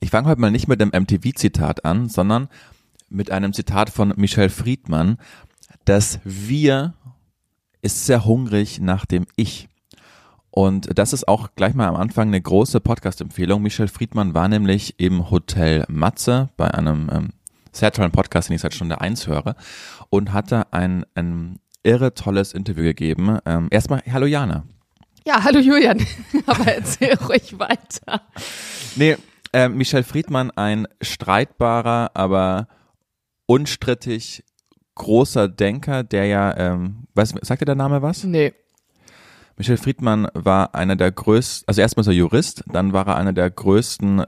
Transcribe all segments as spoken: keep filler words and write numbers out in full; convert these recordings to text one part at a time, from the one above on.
Ich fange heute mal nicht mit einem M T V-Zitat an, sondern mit einem Zitat von Michel Friedmann. Das Wir ist sehr hungrig nach dem Ich. Und das ist auch gleich mal am Anfang eine große Podcast-Empfehlung. Michel Friedmann war nämlich im Hotel Matze bei einem ähm, sehr tollen Podcast, den ich seit Stunde eins höre, und hatte ein, ein irre tolles Interview gegeben. Ähm, erstmal, hallo Jana. Ja, hallo Julian, aber erzähl ruhig weiter. Nee, äh, Michel Friedmann, ein streitbarer, aber unstrittig großer Denker, der ja, ähm, was, sagt dir der Name was? Nee. Michel Friedmann war einer der größten, also erstmal ist er Jurist, dann war er einer der größten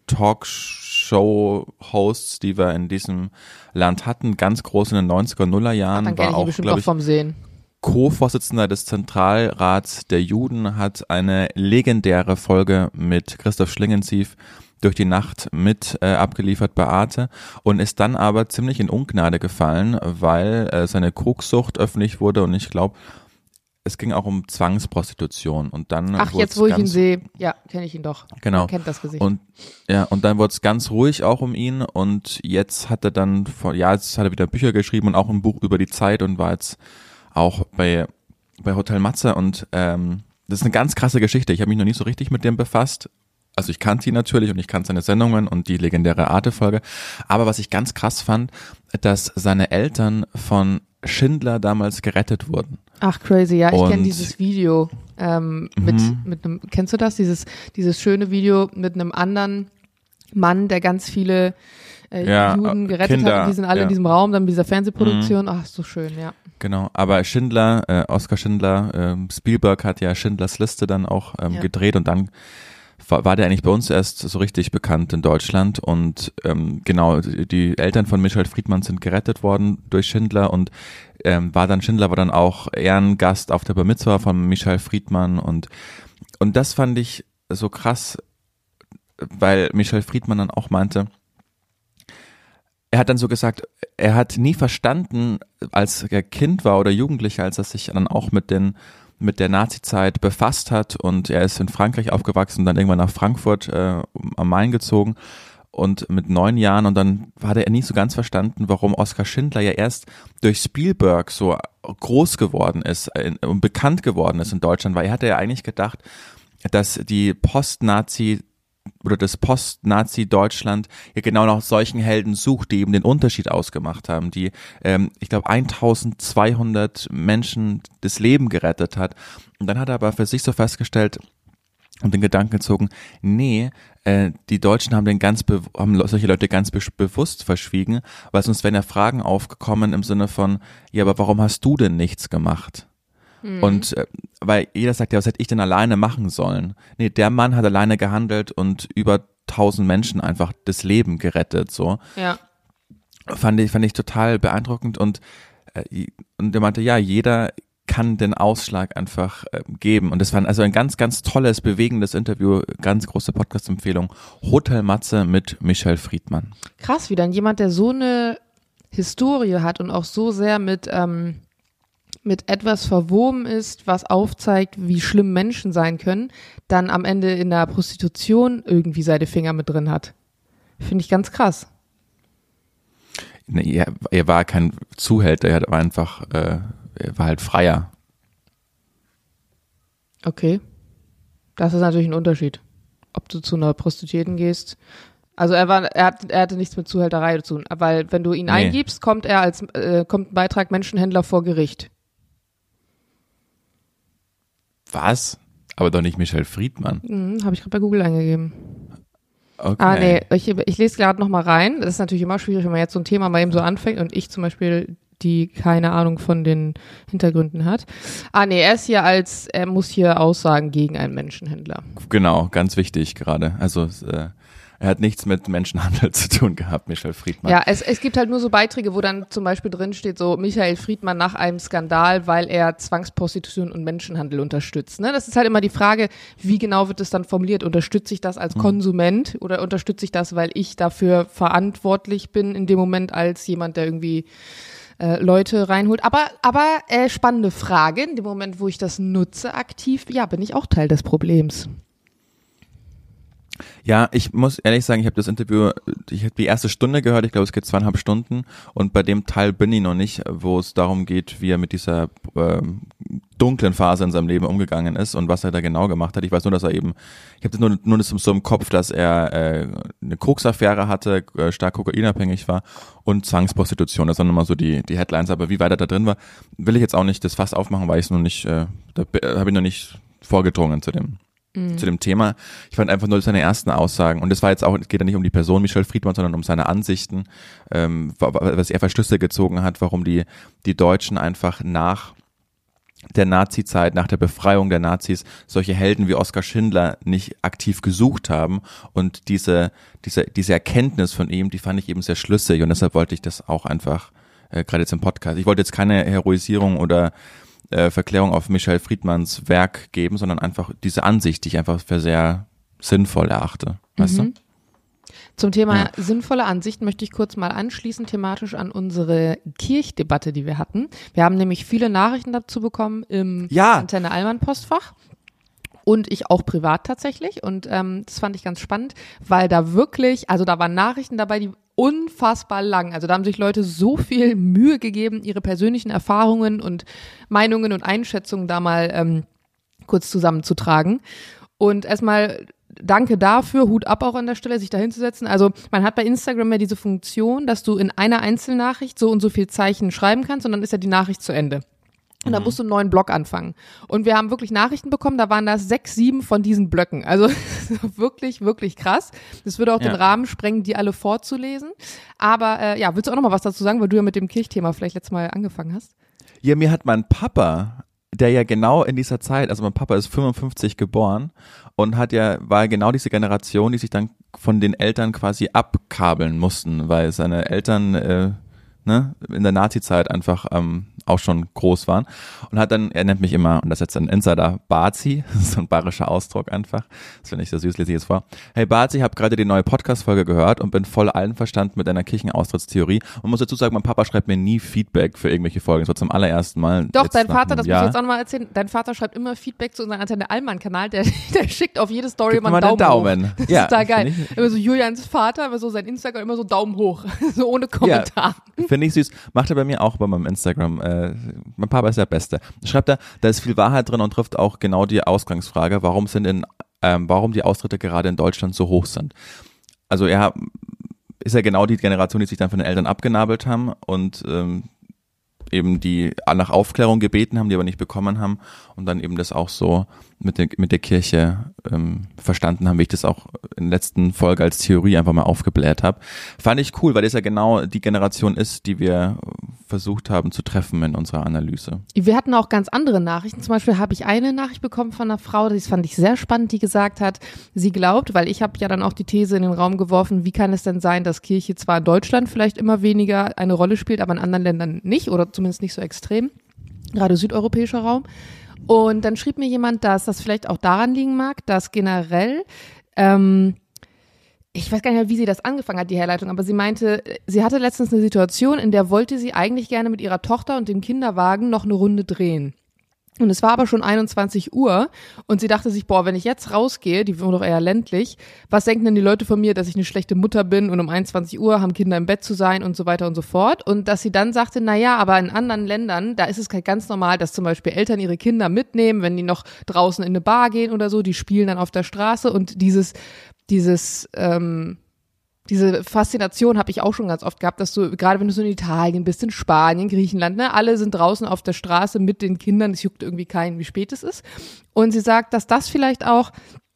Talkshow-Hosts, die wir in diesem Land hatten, ganz groß in den neunziger, Nuller Jahren. Ach, dann kenn ich ihn bestimmt auch vom Sehen. Co-Vorsitzender des Zentralrats der Juden, hat eine legendäre Folge mit Christoph Schlingensief durch die Nacht mit äh, abgeliefert bei Arte und ist dann aber ziemlich in Ungnade gefallen, weil äh, seine Koksucht öffentlich wurde und ich glaube, es ging auch um Zwangsprostitution und dann Ach, jetzt wo ich ihn sehe, ja, kenne ich ihn doch. Genau. Man kennt das Gesicht. Und ja, und dann wurde es ganz ruhig auch um ihn und jetzt hat er dann vor, ja, jetzt hat er wieder Bücher geschrieben und auch ein Buch über die Zeit und war jetzt auch bei bei Hotel Matze und ähm, das ist eine ganz krasse Geschichte. Ich habe mich noch nicht so richtig mit dem befasst. Also ich kannte ihn natürlich und ich kannte seine Sendungen und die legendäre Arte-Folge. Aber was ich ganz krass fand, dass seine Eltern von Schindler damals gerettet wurden. Ach, crazy, ja, ich Und- kenne dieses Video ähm, mit, Mhm. mit einem, kennst du das? Dieses, dieses schöne Video mit einem anderen Mann, der ganz viele äh, Ja, Juden gerettet Kinder, hat und die sind alle ja. in diesem Raum, dann mit dieser Fernsehproduktion. Ach, so schön, ja. Genau, aber Schindler, äh, Oskar Schindler, ähm, Spielberg hat ja Schindlers Liste dann auch ähm, Ja. gedreht und dann war, war der eigentlich bei uns erst so richtig bekannt in Deutschland und ähm, genau, die, die Eltern von Michel Friedmann sind gerettet worden durch Schindler und ähm, war dann Schindler war dann auch Ehrengast auf der Bar Mitzwa von Michel Friedmann und und das fand ich so krass, weil Michel Friedmann dann auch meinte, er hat dann so gesagt, er hat nie verstanden, als er Kind war oder Jugendlicher, als er sich dann auch mit den mit der Nazi-Zeit befasst hat und er ist in Frankreich aufgewachsen und dann irgendwann nach Frankfurt äh, am Main gezogen und mit neun Jahren und dann hatte er nie so ganz verstanden, warum Oskar Schindler ja erst durch Spielberg so groß geworden ist äh, und bekannt geworden ist in Deutschland, weil er hatte ja eigentlich gedacht, dass die Post-Nazi oder das Post-Nazi-Deutschland ja genau nach solchen Helden sucht, die eben den Unterschied ausgemacht haben, die, ähm, ich glaube, eintausendzweihundert Menschen das Leben gerettet hat. Und dann hat er aber für sich so festgestellt und den Gedanken gezogen, nee, äh, die Deutschen haben den ganz be- haben solche Leute ganz be- bewusst verschwiegen, weil sonst wären ja Fragen aufgekommen im Sinne von, ja, aber warum hast du denn nichts gemacht? Und äh, weil jeder sagt ja, was hätte ich denn alleine machen sollen? Nee, der Mann hat alleine gehandelt und über tausend Menschen einfach das Leben gerettet, so. Ja. Fand ich, fand ich total beeindruckend und, äh, und er meinte, ja, jeder kann den Ausschlag einfach äh, geben. Und das war also ein ganz, ganz tolles, bewegendes Interview, ganz große Podcast-Empfehlung. Hotel Matze mit Michel Friedmann. Krass, wie dann jemand, der so eine Historie hat und auch so sehr mit, ähm, mit etwas verwoben ist, was aufzeigt, wie schlimm Menschen sein können, dann am Ende in der Prostitution irgendwie seine Finger mit drin hat. Finde ich ganz krass. Nee, er, er war kein Zuhälter, er war einfach, äh, er war halt Freier. Okay. Das ist natürlich ein Unterschied. Ob du zu einer Prostituierten gehst. Also er war, er hat, er hatte nichts mit Zuhälterei zu tun. Weil wenn du ihn Nee. eingibst, kommt er als, äh, kommt ein Beitrag Menschenhändler vor Gericht. Was? Aber doch nicht Michel Friedmann. Mhm, habe ich gerade bei Google eingegeben. Okay. Ah, nee, ich, ich lese gerade noch mal rein. Das ist natürlich immer schwierig, wenn man jetzt so ein Thema mal eben so anfängt und ich zum Beispiel, die keine Ahnung von den Hintergründen hat. Ah, nee, er ist hier als, er muss hier aussagen gegen einen Menschenhändler. Genau, ganz wichtig gerade. Also äh, er hat nichts mit Menschenhandel zu tun gehabt, Michel Friedmann. Ja, es, es gibt halt nur so Beiträge, wo dann zum Beispiel drin steht, so Michael Friedmann nach einem Skandal, weil er Zwangsprostitution und Menschenhandel unterstützt. Ne? Das ist halt immer die Frage, wie genau wird es dann formuliert? Unterstütze ich das als Konsument oder unterstütze ich das, weil ich dafür verantwortlich bin in dem Moment als jemand, der irgendwie äh, Leute reinholt? Aber, aber äh, spannende Frage, in dem Moment, wo ich das nutze aktiv, ja, bin ich auch Teil des Problems. Ja, ich muss ehrlich sagen, ich habe das Interview, ich habe die erste Stunde gehört, ich glaube, es geht zweieinhalb Stunden und bei dem Teil bin ich noch nicht, wo es darum geht, wie er mit dieser ähm, dunklen Phase in seinem Leben umgegangen ist und was er da genau gemacht hat. Ich weiß nur, dass er eben, ich habe nur, nur das so im Kopf, dass er äh, eine Koksaffäre hatte, äh, stark kokainabhängig war und Zwangsprostitution. Das waren immer so die die Headlines, aber wie weit er da drin war, will ich jetzt auch nicht das Fass aufmachen, weil ich es noch nicht, äh, da habe ich noch nicht vorgedrungen zu dem Mhm. zu dem Thema. Ich fand einfach nur seine ersten Aussagen und das war jetzt auch, es geht ja nicht um die Person Michel Friedmann, sondern um seine Ansichten, ähm, was er für Schlüsse gezogen hat, warum die die Deutschen einfach nach der Nazi-Zeit, nach der Befreiung der Nazis solche Helden wie Oskar Schindler nicht aktiv gesucht haben und diese diese diese Erkenntnis von ihm, die fand ich eben sehr schlüssig und deshalb wollte ich das auch einfach äh, gerade jetzt im Podcast. Ich wollte jetzt keine Heroisierung oder Äh, Verklärung auf Michel Friedmanns Werk geben, sondern einfach diese Ansicht, die ich einfach für sehr sinnvoll erachte. Weißt mhm. du? Zum Thema ja. sinnvolle Ansicht möchte ich kurz mal anschließen, thematisch an unsere Kirchdebatte, die wir hatten. Wir haben nämlich viele Nachrichten dazu bekommen im ja. Antenne Allmann Postfach. Und ich auch privat tatsächlich. Und ähm, das fand ich ganz spannend, weil da wirklich, also da waren Nachrichten dabei, die unfassbar lang. Also da haben sich Leute so viel Mühe gegeben, ihre persönlichen Erfahrungen und Meinungen und Einschätzungen da mal ähm, kurz zusammenzutragen. Und erstmal danke dafür, Hut ab auch an der Stelle, sich da hinzusetzen. Also man hat bei Instagram ja diese Funktion, dass du in einer Einzelnachricht so und so viel Zeichen schreiben kannst und dann ist ja die Nachricht zu Ende. Und dann musst du einen neuen Blog anfangen. Und wir haben wirklich Nachrichten bekommen, da waren das sechs, sieben von diesen Blöcken. Also wirklich, wirklich krass. Das würde auch ja. den Rahmen sprengen, die alle vorzulesen. Aber äh, ja, willst du auch noch mal was dazu sagen, weil du ja mit dem Kirchthema vielleicht letztes Mal angefangen hast? Ja, mir hat mein Papa, der ja genau in dieser Zeit, also mein Papa ist fünfundfünfzig geboren und hat ja, war ja genau diese Generation, die sich dann von den Eltern quasi abkabeln mussten, weil seine Eltern äh, ne, in der Nazi-Zeit einfach ähm, auch schon groß waren und hat dann, er nennt mich immer, und das ist jetzt ein Insider, Bazi, so ein bayerischer Ausdruck einfach, das finde ich so süß, lese ich jetzt vor. Hey Bazi, ich habe gerade die neue Podcast-Folge gehört und bin voll einverstanden mit deiner Kirchenaustrittstheorie und muss dazu sagen, mein Papa schreibt mir nie Feedback für irgendwelche Folgen, so zum allerersten Mal. Doch, dein Vater, das muss ich jetzt auch nochmal erzählen, dein Vater schreibt immer Feedback zu unserem Antenne Allmann-Kanal, der, der schickt auf jede Story immer einen Daumen, Daumen hoch. Das ja, ist total geil. Immer so Julians Vater, immer so sein Instagram, immer so Daumen hoch, so ohne Kommentar. Ja, finde ich süß. Macht er bei mir auch bei meinem Instagram. Äh, mein Papa ist der Beste. Schreibt er, da ist viel Wahrheit drin und trifft auch genau die Ausgangsfrage, warum sind in, ähm, warum die Austritte gerade in Deutschland so hoch sind. Also er ist ja genau die Generation, die sich dann von den Eltern abgenabelt haben und ähm, eben die nach Aufklärung gebeten haben, die aber nicht bekommen haben und dann eben das auch so mit der, mit der Kirche ähm, verstanden haben, wie ich das auch in der letzten Folge als Theorie einfach mal aufgebläht habe. Fand ich cool, weil das ja genau die Generation ist, die wir versucht haben zu treffen in unserer Analyse. Wir hatten auch ganz andere Nachrichten. Zum Beispiel habe ich eine Nachricht bekommen von einer Frau, das fand ich sehr spannend, die gesagt hat, sie glaubt, weil ich habe ja dann auch die These in den Raum geworfen, wie kann es denn sein, dass Kirche zwar in Deutschland vielleicht immer weniger eine Rolle spielt, aber in anderen Ländern nicht oder zumindest nicht so extrem, gerade südeuropäischer Raum. Und dann schrieb mir jemand, dass das vielleicht auch daran liegen mag, dass generell, ähm, ich weiß gar nicht mehr, wie sie das angefangen hat, die Herleitung, aber sie meinte, sie hatte letztens eine Situation, in der wollte sie eigentlich gerne mit ihrer Tochter und dem Kinderwagen noch eine Runde drehen. Und es war aber schon einundzwanzig Uhr und sie dachte sich, boah, wenn ich jetzt rausgehe, die wohnt doch eher ländlich, was denken denn die Leute von mir, dass ich eine schlechte Mutter bin und um einundzwanzig Uhr haben Kinder im Bett zu sein und so weiter und so fort. Und dass sie dann sagte, na ja, aber in anderen Ländern, da ist es halt ganz normal, dass zum Beispiel Eltern ihre Kinder mitnehmen, wenn die noch draußen in eine Bar gehen oder so, die spielen dann auf der Straße und dieses, dieses, ähm, Diese Faszination habe ich auch schon ganz oft gehabt, dass du, gerade wenn du so in Italien bist, in Spanien, Griechenland, ne, alle sind draußen auf der Straße mit den Kindern, es juckt irgendwie keinen, wie spät es ist. Und sie sagt, dass das vielleicht auch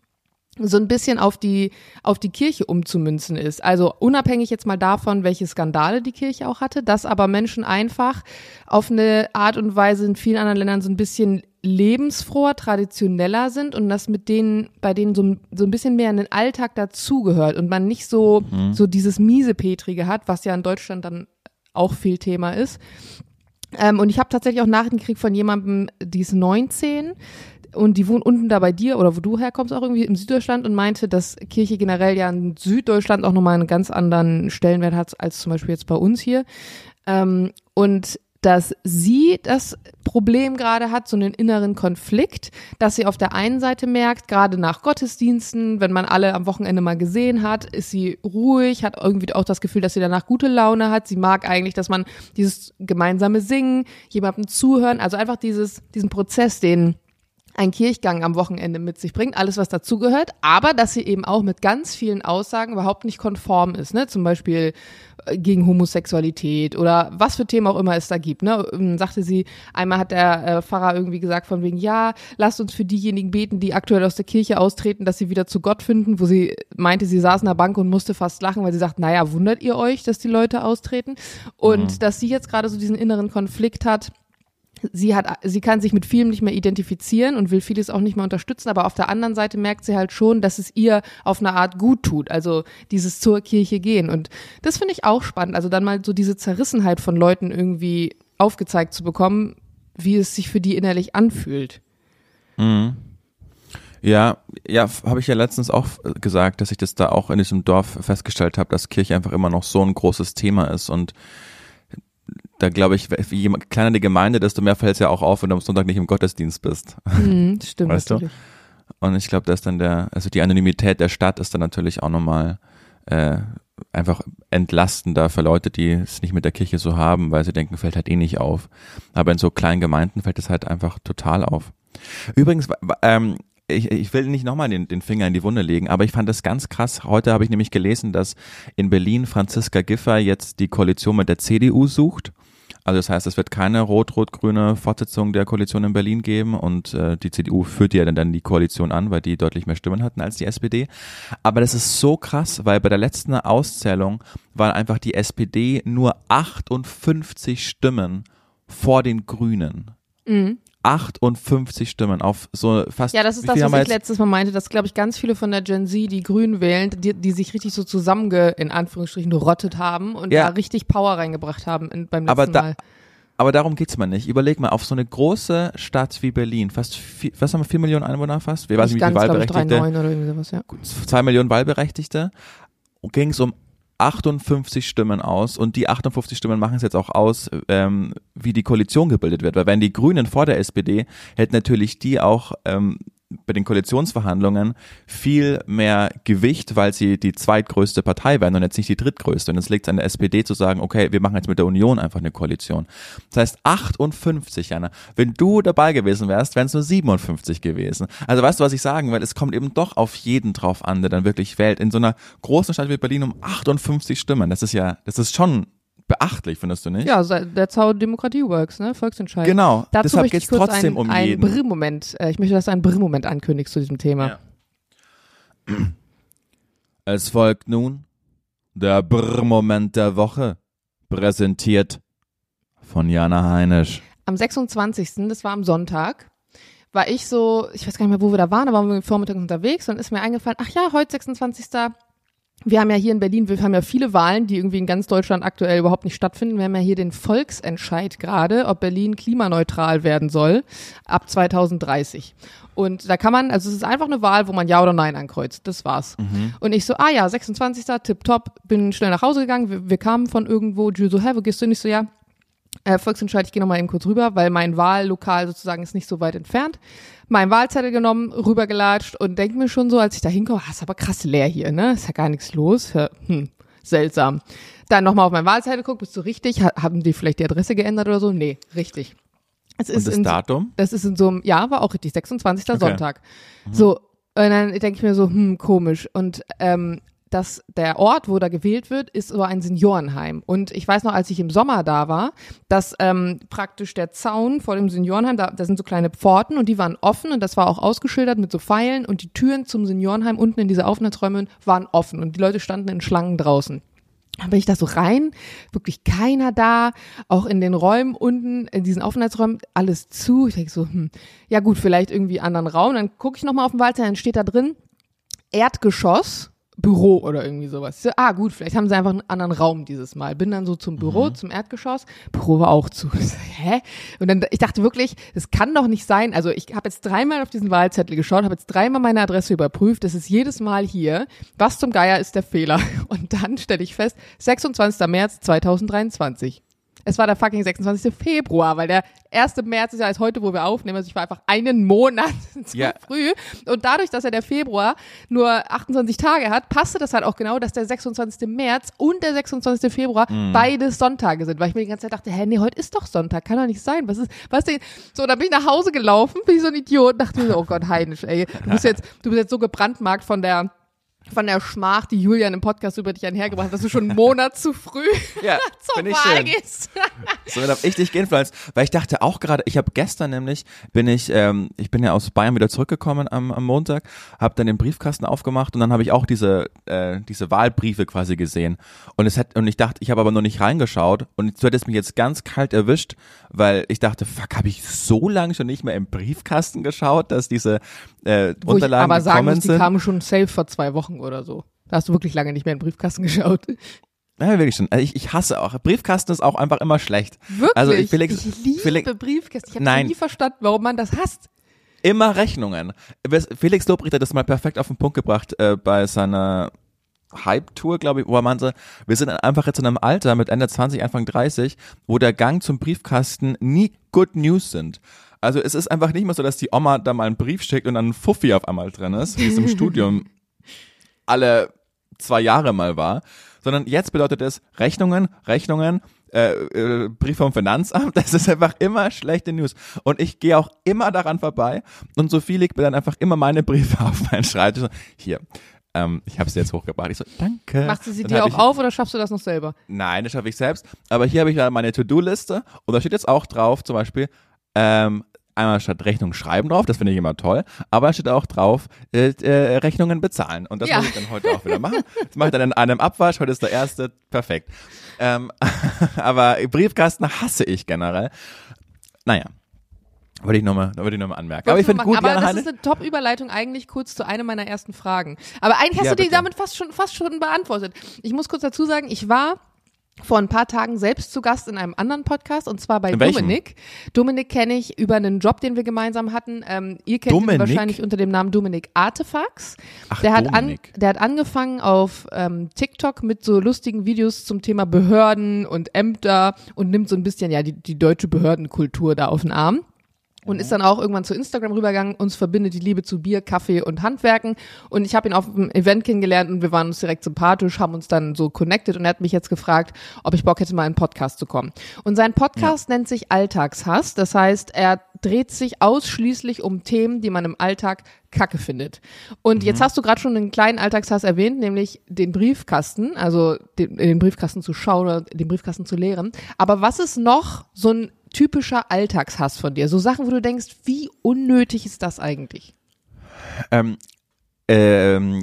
so ein bisschen auf die, auf die Kirche umzumünzen ist. Also unabhängig jetzt mal davon, welche Skandale die Kirche auch hatte, dass aber Menschen einfach auf eine Art und Weise in vielen anderen Ländern so ein bisschen lebensfroher, traditioneller sind und das mit denen, bei denen so, so ein bisschen mehr in den Alltag dazugehört und man nicht so, mhm. so dieses Miesepetrige hat, was ja in Deutschland dann auch viel Thema ist. Ähm, und ich habe tatsächlich auch Nachrichten gekriegt von jemandem, die ist neunzehn und die wohnt unten da bei dir oder wo du herkommst, auch irgendwie im Süddeutschland und meinte, dass Kirche generell ja in Süddeutschland auch nochmal einen ganz anderen Stellenwert hat als zum Beispiel jetzt bei uns hier. Ähm, und dass sie das Problem gerade hat, so einen inneren Konflikt, dass sie auf der einen Seite merkt, gerade nach Gottesdiensten, wenn man alle am Wochenende mal gesehen hat, ist sie ruhig, hat irgendwie auch das Gefühl, dass sie danach gute Laune hat. Sie mag eigentlich, dass man dieses gemeinsame Singen, jemandem zuhören, also einfach dieses, diesen Prozess, den ein Kirchgang am Wochenende mit sich bringt, alles, was dazugehört, aber dass sie eben auch mit ganz vielen Aussagen überhaupt nicht konform ist, ne? Zum Beispiel gegen Homosexualität oder was für Themen auch immer es da gibt, ne? Dann sagte sie, einmal hat der äh, Pfarrer irgendwie gesagt von wegen, ja, lasst uns für diejenigen beten, die aktuell aus der Kirche austreten, dass sie wieder zu Gott finden, wo sie meinte, sie saß in der Bank und musste fast lachen, weil sie sagt, naja, wundert ihr euch, dass die Leute austreten? Und mhm. dass sie jetzt gerade so diesen inneren Konflikt hat. Sie hat, sie kann sich mit vielem nicht mehr identifizieren und will vieles auch nicht mehr unterstützen, aber auf der anderen Seite merkt sie halt schon, dass es ihr auf eine Art gut tut, also dieses zur Kirche gehen. Und das finde ich auch spannend, also dann mal so diese Zerrissenheit von Leuten irgendwie aufgezeigt zu bekommen, wie es sich für die innerlich anfühlt. Mhm. Ja, ja, habe ich ja letztens auch gesagt, dass ich das da auch in diesem Dorf festgestellt habe, dass Kirche einfach immer noch so ein großes Thema ist und da glaube ich, je kleiner die Gemeinde, desto mehr fällt es ja auch auf, wenn du am Sonntag nicht im Gottesdienst bist. Mhm, stimmt, weißt natürlich. Du? Und ich glaube, dass dann der, also die Anonymität der Stadt ist dann natürlich auch nochmal äh, einfach entlastender für Leute, die es nicht mit der Kirche so haben, weil sie denken, fällt halt eh nicht auf. Aber in so kleinen Gemeinden fällt es halt einfach total auf. Übrigens, ähm, Ich, ich will nicht nochmal den, den Finger in die Wunde legen, aber ich fand das ganz krass. Heute habe ich nämlich gelesen, dass in Berlin Franziska Giffey jetzt die Koalition mit der C D U sucht. Also das heißt, es wird keine rot-rot-grüne Fortsetzung der Koalition in Berlin geben und äh, die C D U führt ja dann, dann die Koalition an, weil die deutlich mehr Stimmen hatten als die S P D. Aber das ist so krass, weil bei der letzten Auszählung waren einfach die S P D nur achtundfünfzig Stimmen vor den Grünen. Mhm. achtundfünfzig Stimmen auf so fast. Ja, das ist das, was ich letztes Mal meinte, dass, glaube ich, ganz viele von der Gen Z, die Grün wählen, die, die sich richtig so zusammenge, in Anführungsstrichen, gerottet haben und ja. da richtig Power reingebracht haben in, beim letzten aber da, Mal. Aber darum geht's mal nicht. Überleg mal, auf so eine große Stadt wie Berlin, fast vier, was haben wir, vier Millionen Einwohner fast? Wir weiß nicht, wie viele Wahlberechtigte. drei Komma neun oder irgendwie sowas, ja. Zwei Millionen Wahlberechtigte. Und ging es um achtundfünfzig Stimmen aus und die achtundfünfzig Stimmen machen es jetzt auch aus, ähm, wie die Koalition gebildet wird, weil wenn die Grünen vor der S P D, hätten natürlich die auch ähm, bei den Koalitionsverhandlungen viel mehr Gewicht, weil sie die zweitgrößte Partei werden und jetzt nicht die drittgrößte. Und jetzt liegt es an der S P D zu sagen, okay, wir machen jetzt mit der Union einfach eine Koalition. Das heißt achtundfünfzig, Jana. Wenn du dabei gewesen wärst, wären es nur siebenundfünfzig gewesen. Also weißt du, was ich sagen will? Es kommt eben doch auf jeden drauf an, der dann wirklich wählt. In so einer großen Stadt wie Berlin um achtundfünfzig Stimmen. Das ist ja, das ist schon beachtlich, findest du nicht? Ja, that's how Demokratie works, ne? Volksentscheid. Genau, dazu deshalb geht es trotzdem ein, um ein jeden. Brr-Moment, äh, ich möchte, dass du einen Brr-Moment ankündigst zu diesem Thema. Ja. Es folgt nun der Brr-Moment der Woche, präsentiert von Jana Heinisch. Am sechsundzwanzigsten, das war am Sonntag, war ich so, ich weiß gar nicht mehr, wo wir da waren, aber waren wir vormittags unterwegs und ist mir eingefallen, ach ja, heute sechsundzwanzigsten Wir haben ja hier in Berlin, wir haben ja viele Wahlen, die irgendwie in ganz Deutschland aktuell überhaupt nicht stattfinden. Wir haben ja hier den Volksentscheid gerade, ob Berlin klimaneutral werden soll ab zweitausenddreißig. Und da kann man, also es ist einfach eine Wahl, wo man Ja oder Nein ankreuzt. Das war's. Mhm. Und ich so, ah ja, sechsundzwanzigsten tipptopp, bin schnell nach Hause gegangen. Wir, wir kamen von irgendwo, Jules so, hä, wo gehst du? Und ich so, ja, äh, Volksentscheid, ich gehe nochmal eben kurz rüber, weil mein Wahllokal sozusagen ist nicht so weit entfernt. Mein Wahlzettel genommen, rübergelatscht und denke mir schon so, als ich da hinkomme, ah, ist aber krass leer hier, ne? Ist ja gar nichts los. Hm, seltsam. Dann nochmal auf mein Wahlzettel geguckt, bist du richtig? Ha- haben die vielleicht die Adresse geändert oder so? Nee, richtig. Es und ist das in, Datum? Das ist in so einem, ja, war auch richtig, sechsundzwanzigsten Okay. Sonntag. Mhm. So, und dann denke ich mir so, hm, komisch. Und ähm, dass der Ort, wo da gewählt wird, ist so ein Seniorenheim. Und ich weiß noch, als ich im Sommer da war, dass ähm, praktisch der Zaun vor dem Seniorenheim, da, da sind so kleine Pforten und die waren offen und das war auch ausgeschildert mit so Pfeilen und die Türen zum Seniorenheim unten in diese Aufenthaltsräume waren offen und die Leute standen in Schlangen draußen. Dann bin ich da so rein, wirklich keiner da, auch in den Räumen unten, in diesen Aufenthaltsräumen, alles zu. Ich denke so, hm, ja gut, vielleicht irgendwie anderen Raum. Dann gucke ich nochmal auf den Wahlzettel, dann steht da drin, Erdgeschoss, Büro oder irgendwie sowas. Ich so, ah gut, vielleicht haben sie einfach einen anderen Raum dieses Mal. Bin dann so zum Büro, mhm. zum Erdgeschoss, Büro war auch zu. Ich so, hä? Und dann, ich dachte wirklich, das kann doch nicht sein. Also ich habe jetzt dreimal auf diesen Wahlzettel geschaut, habe jetzt dreimal meine Adresse überprüft, das ist jedes Mal hier. Was zum Geier ist der Fehler? Und dann stelle ich fest, sechsundzwanzigsten März zweitausenddreiundzwanzig. es war der fucking sechsundzwanzigste Februar, weil der erste März ist ja als heute, wo wir aufnehmen, also ich war einfach einen Monat zu ja. früh und dadurch, dass ja der Februar nur achtundzwanzig Tage hat, passte das halt auch genau, dass der sechsundzwanzigste März und der sechsundzwanzigste Februar mm. beides Sonntage sind, weil ich mir die ganze Zeit dachte, hä, nee, heute ist doch Sonntag, kann doch nicht sein, was ist, was denn? So, dann bin ich nach Hause gelaufen, bin ich so ein Idiot, dachte mir so, oh Gott, heinisch, ey, du bist jetzt, du bist jetzt so gebrandmarkt von der von der Schmach, die Julian im Podcast über dich einhergebracht hat, dass du schon einen Monat zu früh ja, zur Wahl gehst. So habe ich dich geinfluenced, weil ich dachte auch gerade, ich habe gestern nämlich, bin ich, ähm, ich bin ja aus Bayern wieder zurückgekommen am, am Montag, habe dann den Briefkasten aufgemacht und dann habe ich auch diese äh, diese Wahlbriefe quasi gesehen und es hat und ich dachte, ich habe aber noch nicht reingeschaut und du hättest mich jetzt ganz kalt erwischt, weil ich dachte, fuck, habe ich so lange schon nicht mehr im Briefkasten geschaut, dass diese äh, Wo Unterlagen ich aber sagen gekommen muss, die sind. kamen schon safe vor zwei Wochen oder so. Da hast du wirklich lange nicht mehr in den Briefkasten geschaut. Ja, wirklich schon. Also ich, ich hasse auch. Briefkasten ist auch einfach immer schlecht. Wirklich? Also ich, Felix, ich liebe Felix, Briefkästen. Ich habe nie verstanden, warum man das hasst. Immer Rechnungen. Felix Lobrecht hat das mal perfekt auf den Punkt gebracht äh, bei seiner Hype-Tour, glaube ich, wo er meinte, wir sind einfach jetzt in einem Alter mit Ende zwanzig, Anfang dreißig, wo der Gang zum Briefkasten nie Good News sind. Also es ist einfach nicht mehr so, dass die Oma da mal einen Brief schickt und dann ein Fuffi auf einmal drin ist, wie es im Studium alle zwei Jahre mal war, sondern jetzt bedeutet es Rechnungen, Rechnungen, äh, äh, Brief vom Finanzamt, das ist einfach immer schlechte News und ich gehe auch immer daran vorbei und Sophie legt mir dann einfach immer meine Briefe auf meinen Schreibtisch. So, hier, ähm, ich habe sie jetzt hochgebracht. Ich so, danke. Machst du sie dann dir auch ich, auf oder schaffst du das noch selber? Nein, das schaffe ich selbst, aber hier habe ich dann meine To-Do-Liste und da steht jetzt auch drauf, zum Beispiel, ähm, einmal statt Rechnung schreiben drauf, das finde ich immer toll, aber da steht auch drauf, äh, äh, Rechnungen bezahlen. Und das ja. muss ich dann heute auch wieder machen. Das mache ich dann in einem Abwasch, heute ist der erste, perfekt. Ähm, aber Briefkasten hasse ich generell. Naja. Wollte ich nochmal noch anmerken. Aber ich finde gut, aber Jana das Heine, ist eine Top-Überleitung eigentlich kurz zu einer meiner ersten Fragen. Aber eigentlich hast ja, du die bitte. damit fast schon, fast schon beantwortet. Ich muss kurz dazu sagen, ich war vor ein paar Tagen selbst zu Gast in einem anderen Podcast und zwar bei Dominik. Dominik kenne ich über einen Job, den wir gemeinsam hatten. Ähm, ihr kennt Dominik? ihn wahrscheinlich unter dem Namen Dominik Artefax. Ach, der, hat Dominik. An, der hat angefangen auf ähm, TikTok mit so lustigen Videos zum Thema Behörden und Ämter und nimmt so ein bisschen ja die, die deutsche Behördenkultur da auf den Arm. Und ist dann auch irgendwann zu Instagram rübergegangen. Uns verbindet die Liebe zu Bier, Kaffee und Handwerken. Und ich habe ihn auf einem Event kennengelernt und wir waren uns direkt sympathisch, haben uns dann so connected und er hat mich jetzt gefragt, ob ich Bock hätte, mal in einen Podcast zu kommen. Und sein Podcast ja. nennt sich Alltagshass. Das heißt, er dreht sich ausschließlich um Themen, die man im Alltag Kacke findet. Und mhm. jetzt hast du gerade schon einen kleinen Alltagshass erwähnt, nämlich den Briefkasten, also den, in den Briefkasten zu schauen oder den Briefkasten zu leeren. Aber was ist noch so ein typischer Alltagshass von dir? So Sachen, wo du denkst, wie unnötig ist das eigentlich? Ähm, ähm,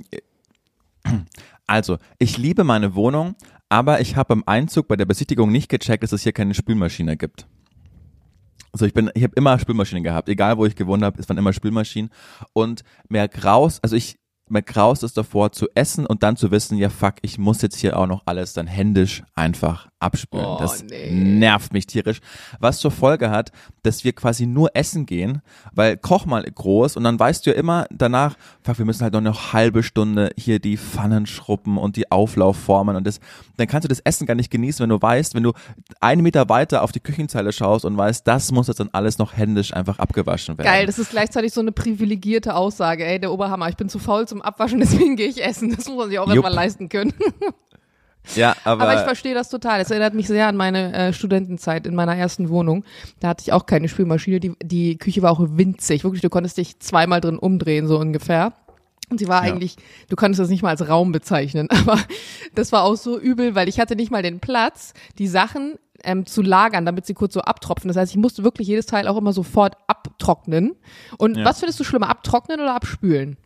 also, ich liebe meine Wohnung, aber ich habe im Einzug bei der Besichtigung nicht gecheckt, dass es hier keine Spülmaschine gibt. Also ich bin, ich habe immer Spülmaschinen gehabt, egal wo ich gewohnt habe, es waren immer Spülmaschinen und mehr graus, also ich mir graust es davor zu essen und dann zu wissen, ja fuck, ich muss jetzt hier auch noch alles dann händisch einfach abspülen. Oh, das nee. nervt mich tierisch. Was zur Folge hat, dass wir quasi nur essen gehen, weil koch mal groß und dann weißt du ja immer danach, fuck, wir müssen halt noch eine halbe Stunde hier die Pfannen schrubben und die Auflaufformen und das, dann kannst du das Essen gar nicht genießen, wenn du weißt, wenn du einen Meter weiter auf die Küchenzeile schaust und weißt, das muss jetzt dann alles noch händisch einfach abgewaschen werden. Geil, das ist gleichzeitig so eine privilegierte Aussage, ey, der Oberhammer, ich bin zu faul zum Abwaschen, deswegen gehe ich essen. Das muss man sich auch erstmal leisten können. Ja, aber, aber ich verstehe das total. Es erinnert mich sehr an meine äh, Studentenzeit in meiner ersten Wohnung. Da hatte ich auch keine Spülmaschine. Die, die Küche war auch winzig. Wirklich, du konntest dich zweimal drin umdrehen, so ungefähr. Und sie war ja. eigentlich, du konntest das nicht mal als Raum bezeichnen, aber das war auch so übel, weil ich hatte nicht mal den Platz, die Sachen ähm, zu lagern, damit sie kurz so abtropfen. Das heißt, ich musste wirklich jedes Teil auch immer sofort abtrocknen. Und ja. was findest du schlimmer, abtrocknen oder abspülen?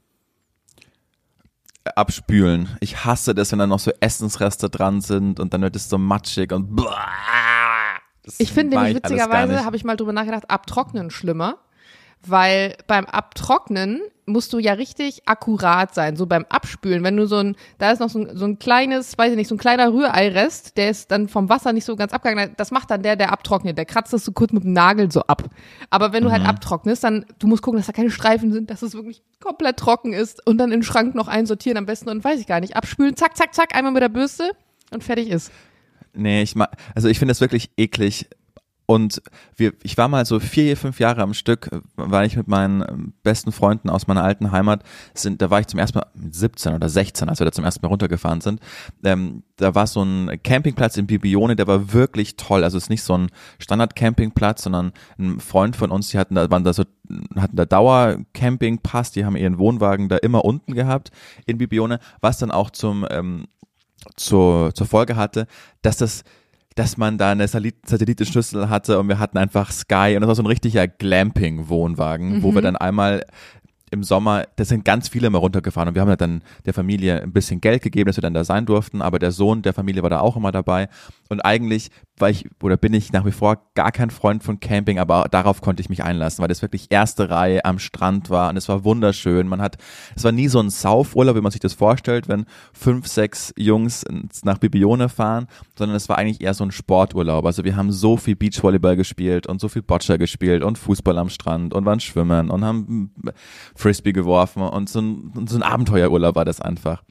Abspülen. Ich hasse das, wenn da noch so Essensreste dran sind und dann wird es so matschig und blah. Ich finde nämlich witzigerweise, habe ich mal drüber nachgedacht, abtrocknen schlimmer, weil beim Abtrocknen musst du ja richtig akkurat sein, so beim Abspülen, wenn du so ein, da ist noch so ein, so ein kleines, weiß ich nicht, so ein kleiner Rühreirest, der ist dann vom Wasser nicht so ganz abgegangen, das macht dann der, der abtrocknet, der kratzt das so kurz mit dem Nagel so ab. Aber wenn du mhm. halt abtrocknest, dann, du musst gucken, dass da keine Streifen sind, dass es wirklich komplett trocken ist und dann in den Schrank noch einsortieren am besten und weiß ich gar nicht, abspülen, zack, zack, zack, einmal mit der Bürste und fertig ist. Nee, ich mag, also ich finde das wirklich eklig. Und wir, ich war mal so vier, fünf Jahre am Stück, war ich mit meinen besten Freunden aus meiner alten Heimat, sind, da war ich zum ersten Mal siebzehn oder sechzehn, als wir da zum ersten Mal runtergefahren sind. Ähm, da war so ein Campingplatz in Bibione, der war wirklich toll. Also es ist nicht so ein Standard-Campingplatz, sondern ein Freund von uns, die hatten da, waren da so, hatten da Dauer-Campingpass, die haben ihren Wohnwagen da immer unten gehabt in Bibione, was dann auch zum, ähm, zur, zur Folge hatte, dass das dass man da eine Satellitenschüssel hatte und wir hatten einfach Sky und das war so ein richtiger Glamping-Wohnwagen, mhm. wo wir dann einmal im Sommer, da sind ganz viele immer runtergefahren und wir haben dann der Familie ein bisschen Geld gegeben, dass wir dann da sein durften, aber der Sohn der Familie war da auch immer dabei und eigentlich war ich oder bin ich nach wie vor gar kein Freund von Camping, aber darauf konnte ich mich einlassen, weil das wirklich erste Reihe am Strand war und es war wunderschön. Man hat, es war nie so ein Saufurlaub, wie man sich das vorstellt, wenn fünf, sechs Jungs nach Bibione fahren, sondern es war eigentlich eher so ein Sporturlaub. Also wir haben so viel Beachvolleyball gespielt und so viel Boccia gespielt und Fußball am Strand und waren schwimmen und haben Frisbee geworfen und so ein, so ein Abenteuerurlaub war das einfach.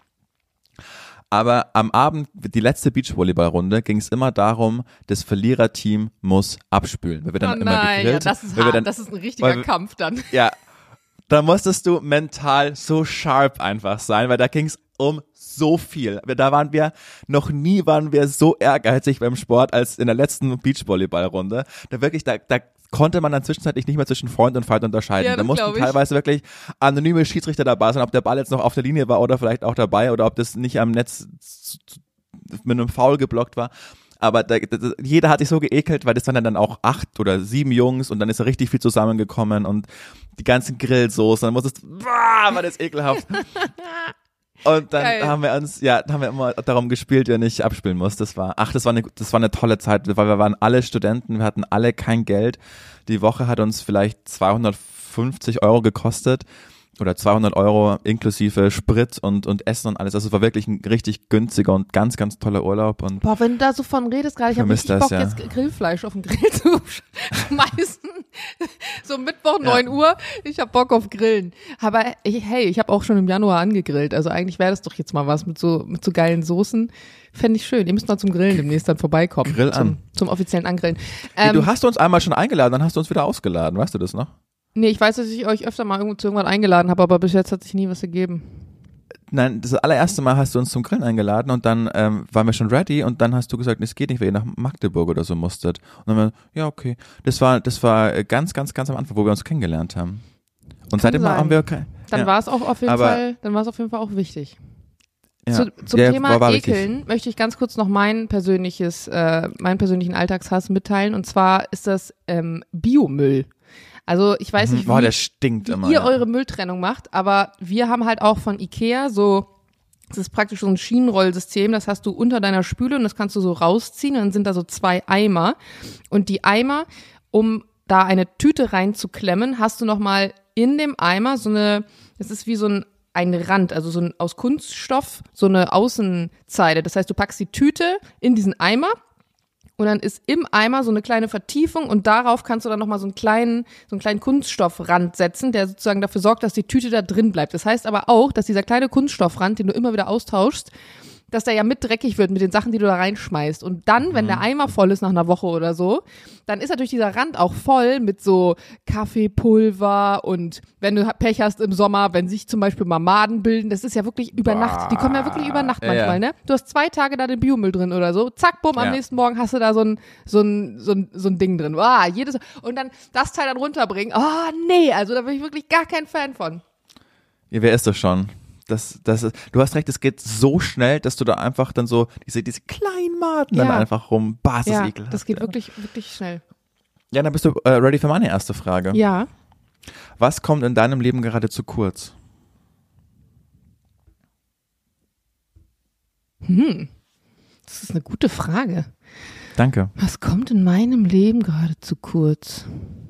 Aber am Abend, die letzte Beachvolleyballrunde, ging es immer darum, das Verliererteam muss abspülen. Weil wir dann oh immer nein, gegrillt, ja, das ist hart, dann, das ist ein richtiger wir, Kampf dann. Ja, da musstest du mental so sharp einfach sein, weil da ging es um so viel. Da waren wir, noch nie waren wir so ehrgeizig beim Sport als in der letzten Beachvolleyballrunde. Da wirklich, da, da konnte man dann zwischenzeitlich nicht mehr zwischen Freund und Feind unterscheiden. Ja, da mussten teilweise wirklich anonyme Schiedsrichter dabei sein, ob der Ball jetzt noch auf der Linie war oder vielleicht auch dabei oder ob das nicht am Netz mit einem Foul geblockt war. Aber da, da, jeder hat sich so geekelt, weil das waren dann auch acht oder sieben Jungs und dann ist da richtig viel zusammengekommen und die ganzen Grillsoßen, dann musstest du, war das ekelhaft. Und dann Geil. haben wir uns, ja, haben wir immer darum gespielt, wer nicht abspielen muss. Das war, ach, das war eine, das war eine tolle Zeit, weil wir waren alle Studenten, wir hatten alle kein Geld. Die Woche hat uns vielleicht zweihundertfünfzig Euro gekostet oder zweihundert Euro inklusive Sprit und, und Essen und alles. Also es war wirklich ein richtig günstiger und ganz, ganz toller Urlaub. Und boah, wenn du da so von redest gerade, ich habe richtig das, Bock, ja. jetzt Grillfleisch auf den Grill zu schmeißen. So Mittwoch, neun ja. Uhr, ich habe Bock auf Grillen. Aber ich, hey, ich habe auch schon im Januar angegrillt. Also eigentlich wäre das doch jetzt mal was mit so mit so geilen Soßen. Fände ich schön. Ihr müsst mal zum Grillen demnächst dann vorbeikommen. Grill zum, an. Zum offiziellen Angrillen. Ähm, hey, du hast uns einmal schon eingeladen, dann hast du uns wieder ausgeladen. Weißt du das noch? Nee, ich weiß, dass ich euch öfter mal irgendwo zu irgendwann eingeladen habe, aber bis jetzt hat sich nie was ergeben. Nein, das allererste Mal hast du uns zum Grillen eingeladen und dann ähm, waren wir schon ready und dann hast du gesagt, es geht nicht, weil ihr nach Magdeburg oder so musstet. Und dann haben wir, ja, okay. Das war, das war ganz, ganz, ganz am Anfang, wo wir uns kennengelernt haben. Und Kann seitdem sein. haben wir kein, Dann ja. war es auch auf jeden aber, Fall, dann war es auf jeden Fall auch wichtig. Ja. Zu, zum ja, Thema war, war Ekeln richtig. möchte ich ganz kurz noch mein persönliches, äh, meinen persönlichen Alltagshass mitteilen und zwar ist das ähm, Biomüll. Also ich weiß nicht, wie, Boah, der stinkt wie immer, ihr ja. eure Mülltrennung macht, aber wir haben halt auch von Ikea so, das ist praktisch so ein Schienenrollsystem, das hast du unter deiner Spüle und das kannst du so rausziehen und dann sind da so zwei Eimer und die Eimer, um da eine Tüte reinzuklemmen, hast du nochmal in dem Eimer so eine, das ist wie so ein ein Rand, also so ein aus Kunststoff, so eine Außenzeile. Das heißt, du packst die Tüte in diesen Eimer und dann ist im Eimer so eine kleine Vertiefung und darauf kannst du dann nochmal so einen kleinen, so einen kleinen Kunststoffrand setzen, der sozusagen dafür sorgt, dass die Tüte da drin bleibt. Das heißt aber auch, dass dieser kleine Kunststoffrand, den du immer wieder austauschst, dass der ja mit dreckig wird mit den Sachen, die du da reinschmeißt. Und dann, wenn der Eimer voll ist nach einer Woche oder so, dann ist natürlich dieser Rand auch voll mit so Kaffeepulver und wenn du Pech hast im Sommer, wenn sich zum Beispiel mal Maden bilden, das ist ja wirklich über Nacht, die kommen ja wirklich über Nacht manchmal, ja, ja. ne? Du hast zwei Tage da den Biomüll drin oder so, zack, bumm, am ja. nächsten Morgen hast du da so ein, so ein, so ein, so ein Ding drin. Ah, jedes, und dann das Teil dann runterbringen, oh nee, also da bin ich wirklich gar kein Fan von. Ja, wer ist das schon? Das, das ist, du hast recht, es geht so schnell, dass du da einfach dann so diese, diese kleinen Maden ja. dann einfach rum, bah, ja, das ekelhaft. Das geht wirklich, wirklich schnell. Ja, dann bist du äh, ready für meine erste Frage. Ja. Was kommt in deinem Leben gerade zu kurz? Hm, das ist eine gute Frage. Danke. Was kommt in meinem Leben gerade zu kurz?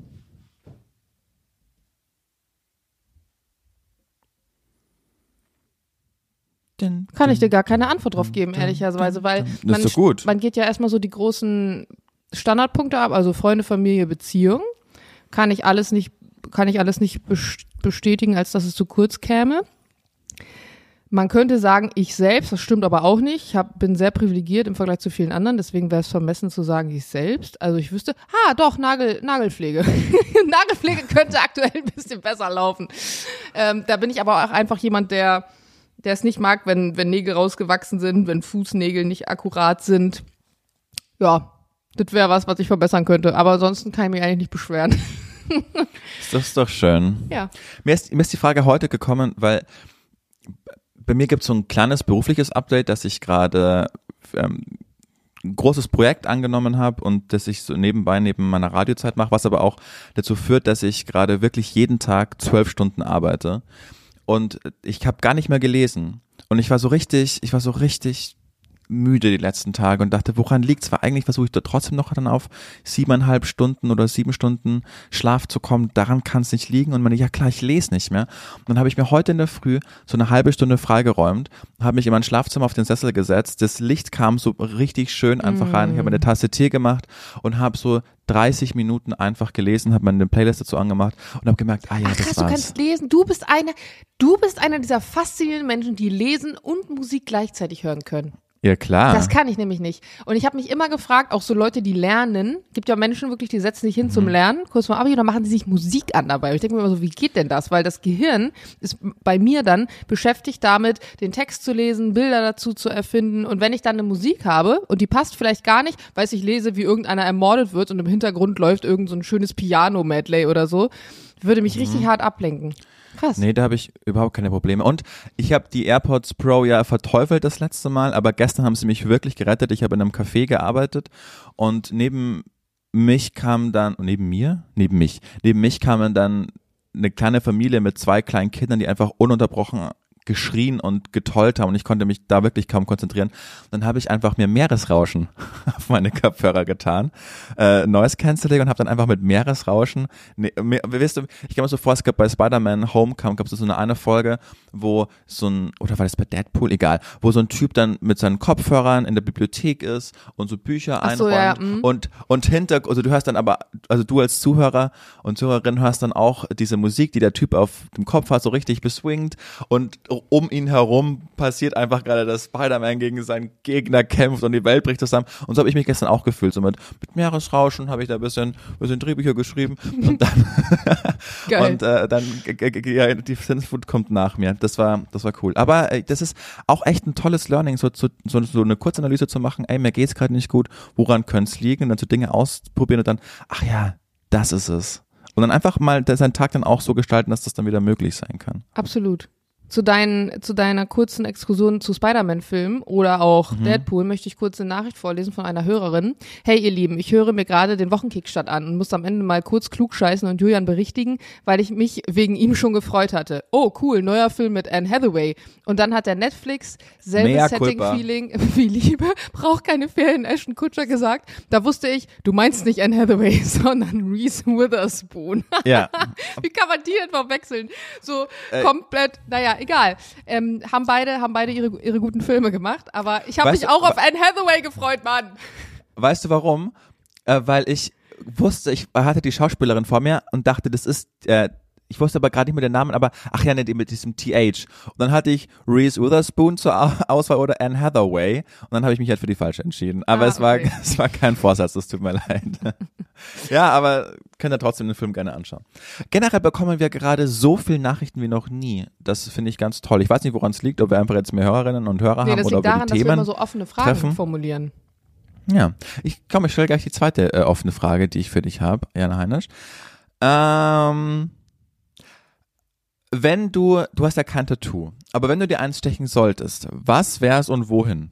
Kann ich dir gar keine Antwort drauf geben, ehrlicherweise, weil man, so gut. man geht ja erstmal so die großen Standardpunkte ab, also Freunde, Familie, Beziehung. Kann ich alles nicht, kann ich alles nicht bestätigen, als dass es zu kurz käme. Man könnte sagen, ich selbst, das stimmt aber auch nicht. Ich hab, bin sehr privilegiert im Vergleich zu vielen anderen, deswegen wäre es vermessen zu sagen, ich selbst. Also ich wüsste, ah doch, Nagel, Nagelpflege. Nagelpflege könnte aktuell ein bisschen besser laufen. Ähm, da bin ich aber auch einfach jemand, der der es nicht mag, wenn, wenn Nägel rausgewachsen sind, wenn Fußnägel nicht akkurat sind. Ja, das wäre was, was ich verbessern könnte. Aber ansonsten kann ich mich eigentlich nicht beschweren. Das ist doch schön. Ja. Mir ist, mir ist die Frage heute gekommen, weil bei mir gibt es so ein kleines berufliches Update, dass ich gerade ähm, ein großes Projekt angenommen habe und das ich so nebenbei neben meiner Radiozeit mache, was aber auch dazu führt, dass ich gerade wirklich jeden Tag zwölf Stunden arbeite. Und ich habe gar nicht mehr gelesen. Und ich war so richtig, ich war so richtig müde die letzten Tage und dachte, woran liegt's? Weil eigentlich versuche ich da trotzdem noch dann auf siebeneinhalb Stunden oder sieben Stunden Schlaf zu kommen. Daran kann es nicht liegen. Und meine, ja klar, ich lese nicht mehr. Und dann habe ich mir heute in der Früh so eine halbe Stunde freigeräumt, habe mich in mein Schlafzimmer auf den Sessel gesetzt. Das Licht kam so richtig schön einfach rein. Ich habe mir eine Tasse Tee gemacht und habe so dreißig Minuten einfach gelesen, habe meine Playlist dazu angemacht und habe gemerkt, ah ja, Ach, das krass, war's. du kannst lesen. Du bist einer, du bist einer dieser faszinierenden Menschen, die lesen und Musik gleichzeitig hören können. Ja, klar. Das kann ich nämlich nicht. Und ich habe mich immer gefragt, auch so Leute, die lernen, gibt ja Menschen wirklich, die setzen sich hin mhm. zum Lernen, kurz vor Abi, und dann machen die sich Musik an dabei. Und ich denke mir immer so, wie geht denn das? Weil das Gehirn ist bei mir dann beschäftigt damit, den Text zu lesen, Bilder dazu zu erfinden. Und wenn ich dann eine Musik habe und die passt vielleicht gar nicht, weil ich lese, wie irgendeiner ermordet wird und im Hintergrund läuft irgend so ein schönes Piano-Medley oder so, würde mich mhm. richtig hart ablenken. Krass. Nee, da habe ich überhaupt keine Probleme. Und ich habe die AirPods Pro ja verteufelt das letzte Mal, aber gestern haben sie mich wirklich gerettet. Ich habe in einem Café gearbeitet und neben mich kam dann, neben mir? Neben mich. Neben mich kam dann eine kleine Familie mit zwei kleinen Kindern, die einfach ununterbrochen geschrien und getollt haben und ich konnte mich da wirklich kaum konzentrieren. Dann habe ich einfach mir Meeresrauschen auf meine Kopfhörer getan, äh, Noise Cancelling und habe dann einfach mit Meeresrauschen, ne, mehr, weißt du, ich kann mir so vor, es gab bei Spider-Man Homecoming, gab es so eine, eine Folge, wo so ein, oder war das bei Deadpool, egal, wo so ein Typ dann mit seinen Kopfhörern in der Bibliothek ist und so Bücher Ach so, einräumt ja, mm. und, und hinter, also du hörst dann aber, also du als Zuhörer und Zuhörerin hörst dann auch diese Musik, die der Typ auf dem Kopf hat, so richtig beswingt und um ihn herum passiert einfach gerade, dass Spider-Man gegen seinen Gegner kämpft und die Welt bricht zusammen. Und so habe ich mich gestern auch gefühlt. So mit, mit Meeresrauschen habe ich da ein bisschen, bisschen Drehbücher geschrieben und dann Geil. und äh, dann ja, die Sinneswut kommt nach mir. Das war das war cool. Aber äh, das ist auch echt ein tolles Learning, so, so, so, so eine Kurzanalyse zu machen. Ey, mir geht's gerade nicht gut. Woran könnte es liegen? Und dann so Dinge ausprobieren und dann, ach ja, das ist es. Und dann einfach mal seinen Tag dann auch so gestalten, dass das dann wieder möglich sein kann. Absolut. Zu, deinen, zu deiner kurzen Exkursion zu Spider-Man-Filmen oder auch Mhm. Deadpool möchte ich kurz eine Nachricht vorlesen von einer Hörerin. Hey ihr Lieben, ich höre mir gerade den Wochenkickstart an und muss am Ende mal kurz klugscheißen und Julian berichtigen, weil ich mich wegen ihm schon gefreut hatte. Oh cool, neuer Film mit Anne Hathaway. Und dann hat der Netflix selbes Setting-Feeling wie Liebe, braucht keine Ferien, Ashton Kutcher gesagt. Da wusste ich, du meinst nicht Anne Hathaway, sondern Reese Witherspoon. Ja. Wie kann man die denn verwechseln? So Äh, komplett, naja, egal. Ähm, haben beide, haben beide ihre, ihre guten Filme gemacht, aber ich habe Weißt mich du, auch auf wa- Anne Hathaway gefreut, Mann. Weißt du warum? Äh, weil ich wusste, ich hatte die Schauspielerin vor mir und dachte, das ist, äh, ich wusste aber gerade nicht mehr den Namen, aber ach ja, nicht mit diesem T H. Und dann hatte ich Reese Witherspoon zur Au- Auswahl oder Anne Hathaway und dann habe ich mich halt für die falsche entschieden. Aber Ah, es war okay. es war kein Vorsatz, das tut mir leid. Ja, aber könnt ihr trotzdem den Film gerne anschauen. Generell bekommen wir gerade so viele Nachrichten wie noch nie. Das finde ich ganz toll. Ich weiß nicht, woran es liegt, ob wir einfach jetzt mehr Hörerinnen und Hörer Nee, haben das oder liegt ob daran, wir die dass wir Themen immer so offene Fragen treffen. formulieren. Ja, ich komm, ich stelle gleich die zweite äh, offene Frage, die ich für dich habe, Jana Heinisch. Ähm, wenn du, du hast ja kein Tattoo, aber wenn du dir eins stechen solltest, was wär's und wohin?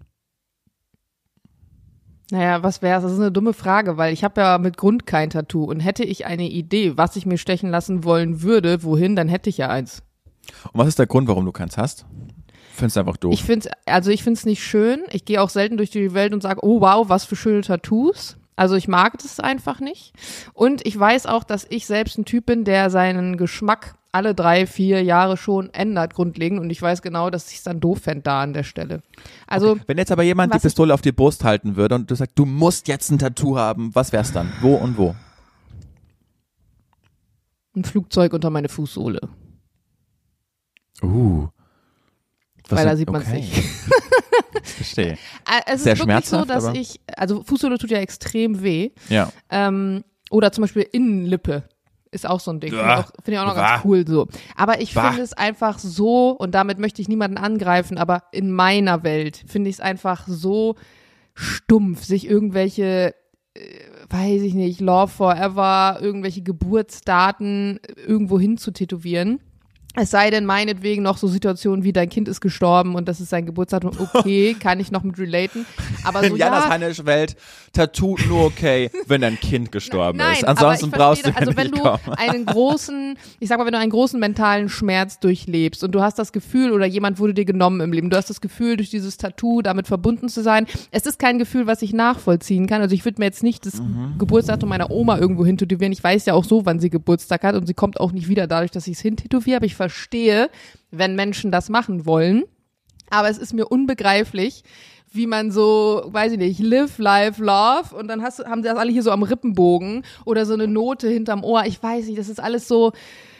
Naja, was wär's? Das ist eine dumme Frage, weil ich habe ja mit Grund kein Tattoo und hätte ich eine Idee, was ich mir stechen lassen wollen würde, wohin, dann hätte ich ja eins. Und was ist der Grund, warum du keins hast? Findest du einfach doof? Ich finde also ich finde es nicht schön. Ich gehe auch selten durch die Welt und sage, oh wow, was für schöne Tattoos. Also ich mag das einfach nicht. Und ich weiß auch, dass ich selbst ein Typ bin, der seinen Geschmack alle drei, vier Jahre schon ändert, grundlegend. Und ich weiß genau, dass ich es dann doof fände da an der Stelle. Also okay. Wenn jetzt aber jemand die was ich- Pistole auf die Brust halten würde und du sagst, du musst jetzt ein Tattoo haben, was wär's dann? Wo und wo? ein Flugzeug unter meine Fußsohle. Uh. Was weil da denn? sieht man es Okay. nicht. Verstehe. Es Sehr ist wirklich so, schmerzhaft, dass aber- ich, also Fußsohle tut ja extrem weh. Ja. Ähm, oder zum Beispiel Innenlippe ist auch so ein Ding. Finde ich Uah. auch, find ich auch noch Uah. ganz cool so. Aber ich Bah. finde es einfach so, und damit möchte ich niemanden angreifen, aber in meiner Welt finde ich es einfach so stumpf, sich irgendwelche, äh, weiß ich nicht, Love Forever, irgendwelche Geburtsdaten irgendwo hin zu tätowieren. Es sei denn, meinetwegen noch so Situationen wie dein Kind ist gestorben und das ist sein Geburtsdatum, okay, kann ich noch mit relaten. Aber so, In Janas ja, Hannisch Welt, Tattoo nur okay, wenn dein Kind gestorben Nein, ist. Ansonsten aber brauchst ich du verstehe, mir also wenn nicht du kommen. einen großen, ich sag mal, wenn du einen großen mentalen Schmerz durchlebst und du hast das Gefühl, oder jemand wurde dir genommen im Leben, du hast das Gefühl, durch dieses Tattoo damit verbunden zu sein. Es ist kein Gefühl, was ich nachvollziehen kann. Also ich würde mir jetzt nicht das Mhm. Geburtsdatum meiner Oma irgendwo hintätowieren. Ich weiß ja auch so, wann sie Geburtstag hat, und sie kommt auch nicht wieder dadurch, dass ich es hintätowiere. Aber ich verstehe, wenn Menschen das machen wollen. Aber es ist mir unbegreiflich, wie man so, weiß ich nicht, live, live, love, und dann hast, du- haben sie das alle hier so am Rippenbogen oder so eine Note hinterm Ohr. Ich weiß nicht, das ist alles so,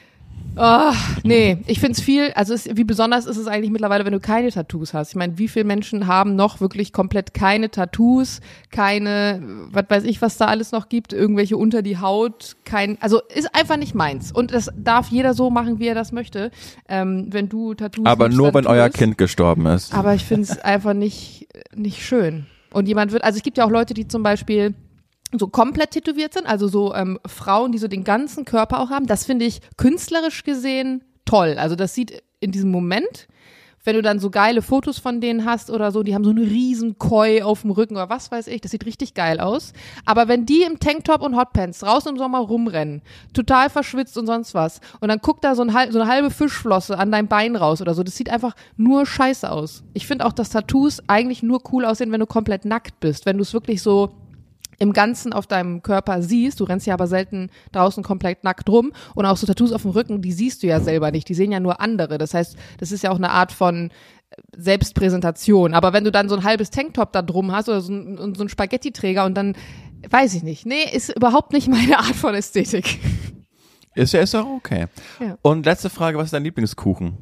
oh, nee, ich find's viel, also es, wie besonders ist es eigentlich mittlerweile, wenn du keine Tattoos hast. Ich meine, wie viele Menschen haben noch wirklich komplett keine Tattoos, keine, was weiß ich, was da alles noch gibt, irgendwelche unter die Haut, kein, also ist einfach nicht meins. Und das darf jeder so machen, wie er das möchte. Ähm, wenn du Tattoos Aber liebst, nur, dann wenn tu euer es. Kind gestorben ist. Aber ich finde es einfach nicht, nicht schön. Und jemand wird, also es gibt ja auch Leute, die zum Beispiel so komplett tätowiert sind, also so ähm, Frauen, die so den ganzen Körper auch haben. Das finde ich künstlerisch gesehen toll. Also das sieht in diesem Moment, wenn du dann so geile Fotos von denen hast oder so, die haben so eine riesen Koi auf dem Rücken oder was weiß ich, das sieht richtig geil aus. Aber wenn die im Tanktop und Hotpants draußen im Sommer rumrennen, total verschwitzt und sonst was, und dann guckt da so, ein, halb- so eine halbe Fischflosse an deinem Bein raus oder so, das sieht einfach nur scheiße aus. Ich finde auch, dass Tattoos eigentlich nur cool aussehen, wenn du komplett nackt bist, wenn du es wirklich so im Ganzen auf deinem Körper siehst. Du rennst ja aber selten draußen komplett nackt rum, und auch so Tattoos auf dem Rücken, die siehst du ja selber nicht, die sehen ja nur andere. Das heißt, das ist ja auch eine Art von Selbstpräsentation. Aber wenn du dann so ein halbes Tanktop da drum hast oder so ein, so ein Spaghetti-Träger und dann, weiß ich nicht, nee, ist überhaupt nicht meine Art von Ästhetik. Ist ja, ist auch okay. Ja. Und letzte Frage, was ist dein Lieblingskuchen?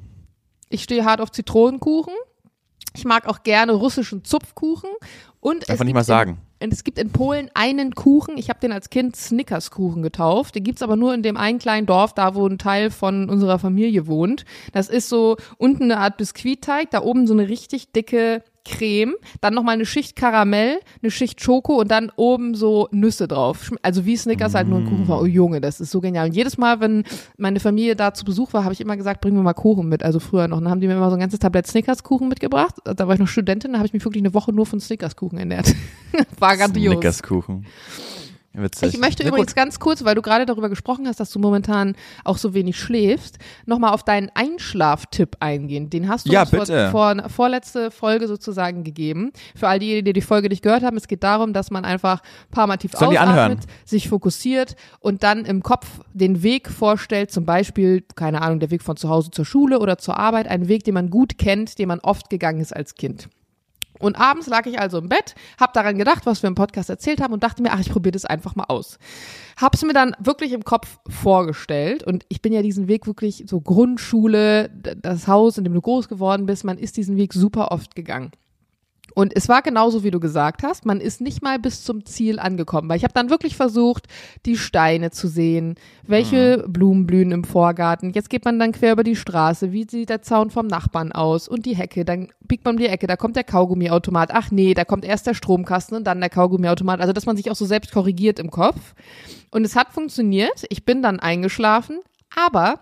Ich stehe hart auf Zitronenkuchen. Ich mag auch gerne russischen Zupfkuchen. Und Einfach es nicht mal gibt sagen. In, und es gibt in Polen einen Kuchen, ich habe den als Kind Snickerskuchen getauft. Den gibt's aber nur in dem einen kleinen Dorf, da wo ein Teil von unserer Familie wohnt. Das ist so unten eine Art Biskuitteig, da oben so eine richtig dicke Creme, dann nochmal eine Schicht Karamell, eine Schicht Schoko und dann oben so Nüsse drauf. Also wie Snickers halt nur ein Kuchen war. Oh Junge, das ist so genial. Und jedes Mal, wenn meine Familie da zu Besuch war, habe ich immer gesagt, bring mir mal Kuchen mit. Also früher noch. Dann haben die mir immer so ein ganzes Tablett Snickers-Kuchen mitgebracht. Da war ich noch Studentin, da habe ich mich wirklich eine Woche nur von Snickers-Kuchen ernährt. War grandios. Snickerskuchen. Witzig. Ich möchte Na übrigens gut. ganz kurz, weil du gerade darüber gesprochen hast, dass du momentan auch so wenig schläfst, nochmal auf deinen Einschlaftipp eingehen. Den hast du Ja, uns vor, bitte. vor vorletzte Folge sozusagen gegeben. Für all diejenigen, die die Folge nicht gehört haben, es geht darum, dass man einfach ein paar Mal tief Sollen die anhören? ausatmet, sich fokussiert und dann im Kopf den Weg vorstellt, zum Beispiel, keine Ahnung, der Weg von zu Hause zur Schule oder zur Arbeit, einen Weg, den man gut kennt, den man oft gegangen ist als Kind. Und abends lag ich also im Bett, hab daran gedacht, was wir im Podcast erzählt haben und dachte mir, ach, ich probiere das einfach mal aus. Hab's mir dann wirklich im Kopf vorgestellt und ich bin ja diesen Weg wirklich so Grundschule, d- das Haus, in dem du groß geworden bist, man ist diesen Weg super oft gegangen. Und es war genauso, wie du gesagt hast, man ist nicht mal bis zum Ziel angekommen, weil ich habe dann wirklich versucht, die Steine zu sehen, welche Blumen blühen im Vorgarten. Jetzt geht man dann quer über die Straße, wie sieht der Zaun vom Nachbarn aus und die Hecke, dann biegt man um die Ecke, da kommt der Kaugummiautomat, ach nee, da kommt erst der Stromkasten und dann der Kaugummiautomat, also dass man sich auch so selbst korrigiert im Kopf. Und es hat funktioniert, ich bin dann eingeschlafen, aber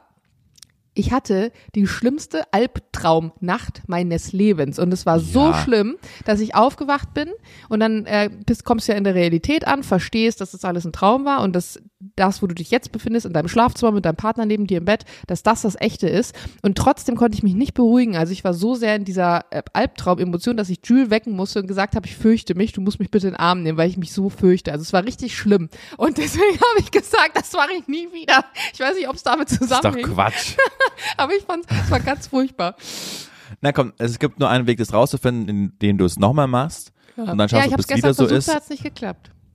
ich hatte die schlimmste Albtraumnacht meines Lebens und es war so Ja. schlimm, dass ich aufgewacht bin und dann äh, bist, kommst du ja in der Realität an, verstehst, dass das alles ein Traum war und dass das, wo du dich jetzt befindest, in deinem Schlafzimmer mit deinem Partner neben dir im Bett, dass das das Echte ist. Und trotzdem konnte ich mich nicht beruhigen. Also ich war so sehr in dieser äh, Albtraumemotion, dass ich Jules wecken musste und gesagt habe, ich fürchte mich, du musst mich bitte in den Arm nehmen, weil ich mich so fürchte. Also es war richtig schlimm. Und deswegen habe ich gesagt, das mache ich nie wieder. Ich weiß nicht, ob es damit Das ist doch zusammenhängt. Quatsch. Aber ich fand es war ganz furchtbar. Na komm, es gibt nur einen Weg, das rauszufinden, in dem du es nochmal machst. Und dann Ja, schaust ich du, habe ob es es gestern wieder so versucht, ist. da hat es nicht geklappt.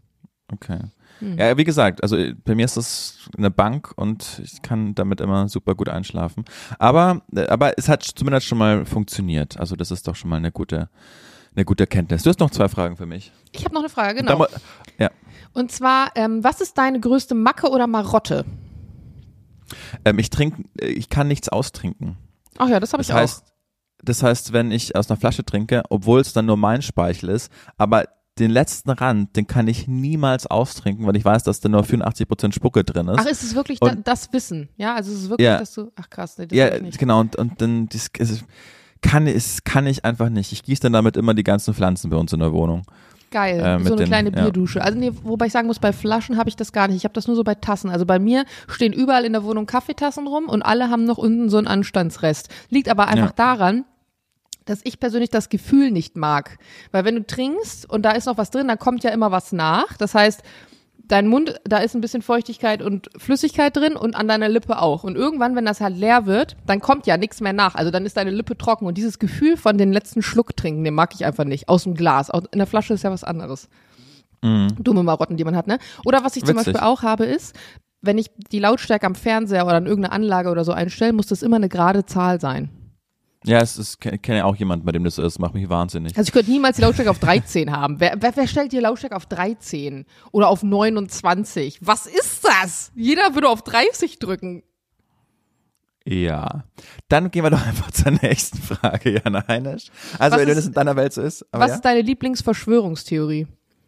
Okay. Hm. Ja, wie gesagt, also bei mir ist das eine Bank und ich kann damit immer super gut einschlafen. Aber, aber es hat zumindest schon mal funktioniert. Also das ist doch schon mal eine gute, eine gute Erkenntnis. Du hast noch zwei Fragen für mich. Ich habe noch eine Frage, genau. Und, ja. und zwar, ähm, was ist deine größte Macke oder Marotte? Ähm, ich trinke, ich kann nichts austrinken. Ach ja, das habe ich das heißt, auch. Das heißt, wenn ich aus einer Flasche trinke, obwohl es dann nur mein Speichel ist, aber den letzten Rand, den kann ich niemals austrinken, weil ich weiß, dass da nur fünfundachtzig Prozent Spucke drin ist. Ach, ist es wirklich und, da, das Wissen? Ja, also ist es wirklich, ja, dass du, ach krass, nee, das ja, nicht. Genau, und, und dann das, das kann, das kann ich einfach nicht. Ich gieße dann damit immer die ganzen Pflanzen bei uns in der Wohnung. Geil, äh, so eine den, kleine ja. Bierdusche. Also nee, wobei ich sagen muss, bei Flaschen habe ich das gar nicht. Ich habe das nur so bei Tassen. Also bei mir stehen überall in der Wohnung Kaffeetassen rum und alle haben noch unten so einen Anstandsrest. Liegt aber einfach ja. daran, dass ich persönlich das Gefühl nicht mag. Weil wenn du trinkst und da ist noch was drin, dann kommt ja immer was nach. Das heißt, dein Mund, da ist ein bisschen Feuchtigkeit und Flüssigkeit drin und an deiner Lippe auch. Und irgendwann, wenn das halt leer wird, dann kommt ja nichts mehr nach. Also dann ist deine Lippe trocken. Und dieses Gefühl von den letzten Schluck trinken, den mag ich einfach nicht. Aus dem Glas. In der Flasche ist ja was anderes. Mhm. Dumme Marotten, die man hat, ne? Oder was ich Witzig. zum Beispiel auch habe, ist, wenn ich die Lautstärke am Fernseher oder an irgendeine Anlage oder so einstelle, muss das immer eine gerade Zahl sein. Ja, es ist, ich kenne ja auch jemanden, bei dem das so ist, macht mich wahnsinnig. Also ich könnte niemals die Lautstärke auf dreizehn haben. Wer, wer, wer stellt die Lautstärke auf dreizehn oder auf neunundzwanzig? Was ist das? Jeder würde auf dreißig drücken. Ja, dann gehen wir doch einfach zur nächsten Frage, Jana Heinisch. Also was wenn ist, das in deiner Welt so ist. Aber was ja? ist deine Lieblingsverschwörungstheorie?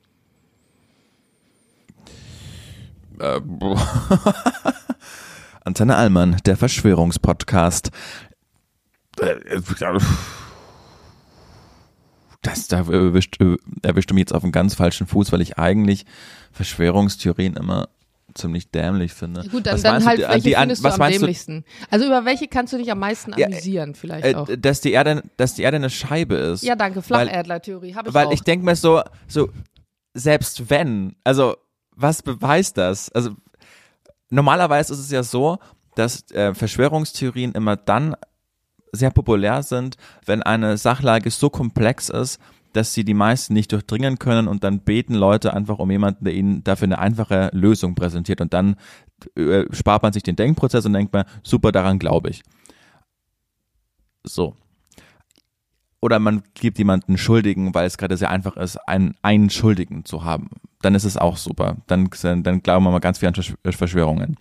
Äh, Antenne Allmann, der Verschwörungspodcast. Das, da erwischt, erwischt du mich jetzt auf einen ganz falschen Fuß, weil ich eigentlich Verschwörungstheorien immer ziemlich dämlich finde. Gut, dann, dann halt, du, welche die, findest was du am dämlichsten? Du? Also über welche kannst du dich am meisten amüsieren, ja, vielleicht äh, auch? Dass die Erde, dass die Erde eine Scheibe ist. Ja, danke, Flacherdler-Theorie, habe ich weil auch. Weil ich denke mir so, so, selbst wenn, also was beweist das? Also normalerweise ist es ja so, dass äh, Verschwörungstheorien immer dann sehr populär sind, wenn eine Sachlage so komplex ist, dass sie die meisten nicht durchdringen können und dann beten Leute einfach um jemanden, der ihnen dafür eine einfache Lösung präsentiert und dann äh, spart man sich den Denkprozess und denkt man, super, daran glaube ich. So. Oder man gibt jemanden Schuldigen, weil es gerade sehr einfach ist, einen, einen Schuldigen zu haben. Dann ist es auch super. Dann, dann glauben wir mal ganz viel an Verschwörungen.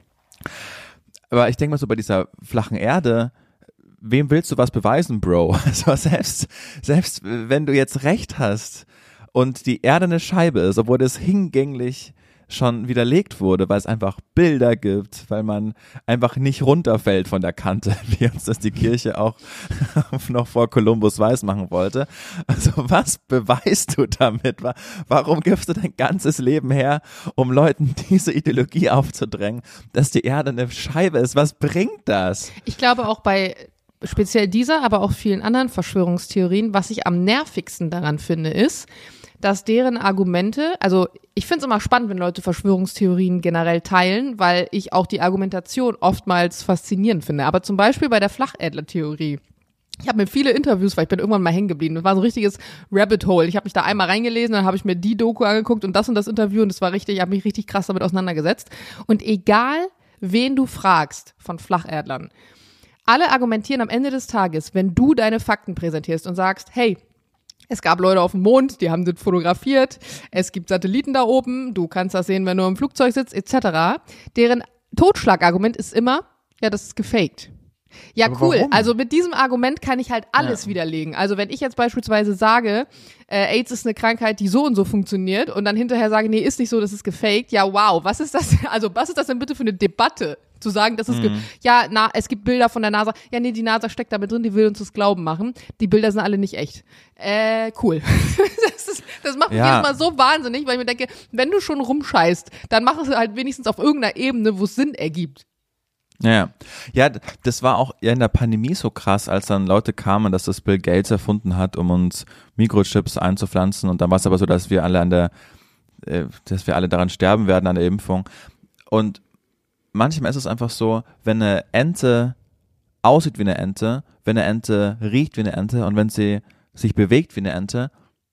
Aber ich denke mal so bei dieser flachen Erde, wem willst du was beweisen, Bro? Also selbst, selbst wenn du jetzt recht hast und die Erde eine Scheibe ist, obwohl das hingänglich schon widerlegt wurde, weil es einfach Bilder gibt, weil man einfach nicht runterfällt von der Kante, wie uns das die Kirche auch noch vor Kolumbus weismachen wollte. Also was beweist du damit? Warum gibst du dein ganzes Leben her, um Leuten diese Ideologie aufzudrängen, dass die Erde eine Scheibe ist? Was bringt das? Ich glaube auch bei speziell dieser, aber auch vielen anderen Verschwörungstheorien, was ich am nervigsten daran finde, ist, dass deren Argumente, also ich finde es immer spannend, wenn Leute Verschwörungstheorien generell teilen, weil ich auch die Argumentation oftmals faszinierend finde. Aber zum Beispiel bei der Flacherdler-Theorie. Ich habe mir viele Interviews, weil ich bin irgendwann mal hängen geblieben. Das war so ein richtiges Rabbit Hole. Ich habe mich da einmal reingelesen, dann habe ich mir die Doku angeguckt und das und das Interview und das war richtig, ich habe mich richtig krass damit auseinandergesetzt. Und egal, wen du fragst von Flacherdlern, alle argumentieren am Ende des Tages, wenn du deine Fakten präsentierst und sagst, hey, es gab Leute auf dem Mond, die haben das fotografiert, es gibt Satelliten da oben, du kannst das sehen, wenn du im Flugzeug sitzt, et cetera. Deren Totschlagargument ist immer, ja, das ist gefaked. Ja, aber cool. Warum? Also mit diesem Argument kann ich halt alles ja. widerlegen. Also wenn ich jetzt beispielsweise sage, äh, AIDS ist eine Krankheit, die so und so funktioniert und dann hinterher sage, nee, ist nicht so, das ist gefaked. Ja, wow, was ist das? Also was ist das denn bitte für eine Debatte? Zu sagen, dass es mhm. ja, na, es gibt Bilder von der NASA. Ja, nee, die NASA steckt damit drin, die will uns das Glauben machen. Die Bilder sind alle nicht echt. Äh, cool. das, ist, das macht mich ja. jedes Mal so wahnsinnig, weil ich mir denke, wenn du schon rumscheißt, dann mach es halt wenigstens auf irgendeiner Ebene, wo es Sinn ergibt. Ja, ja, das war auch in der Pandemie so krass, als dann Leute kamen, dass das Bill Gates erfunden hat, um uns Mikrochips einzupflanzen und dann war es aber so, dass wir alle an der, äh, dass wir alle daran sterben werden an der Impfung und manchmal ist es einfach so, wenn eine Ente aussieht wie eine Ente, wenn eine Ente riecht wie eine Ente und wenn sie sich bewegt wie eine Ente,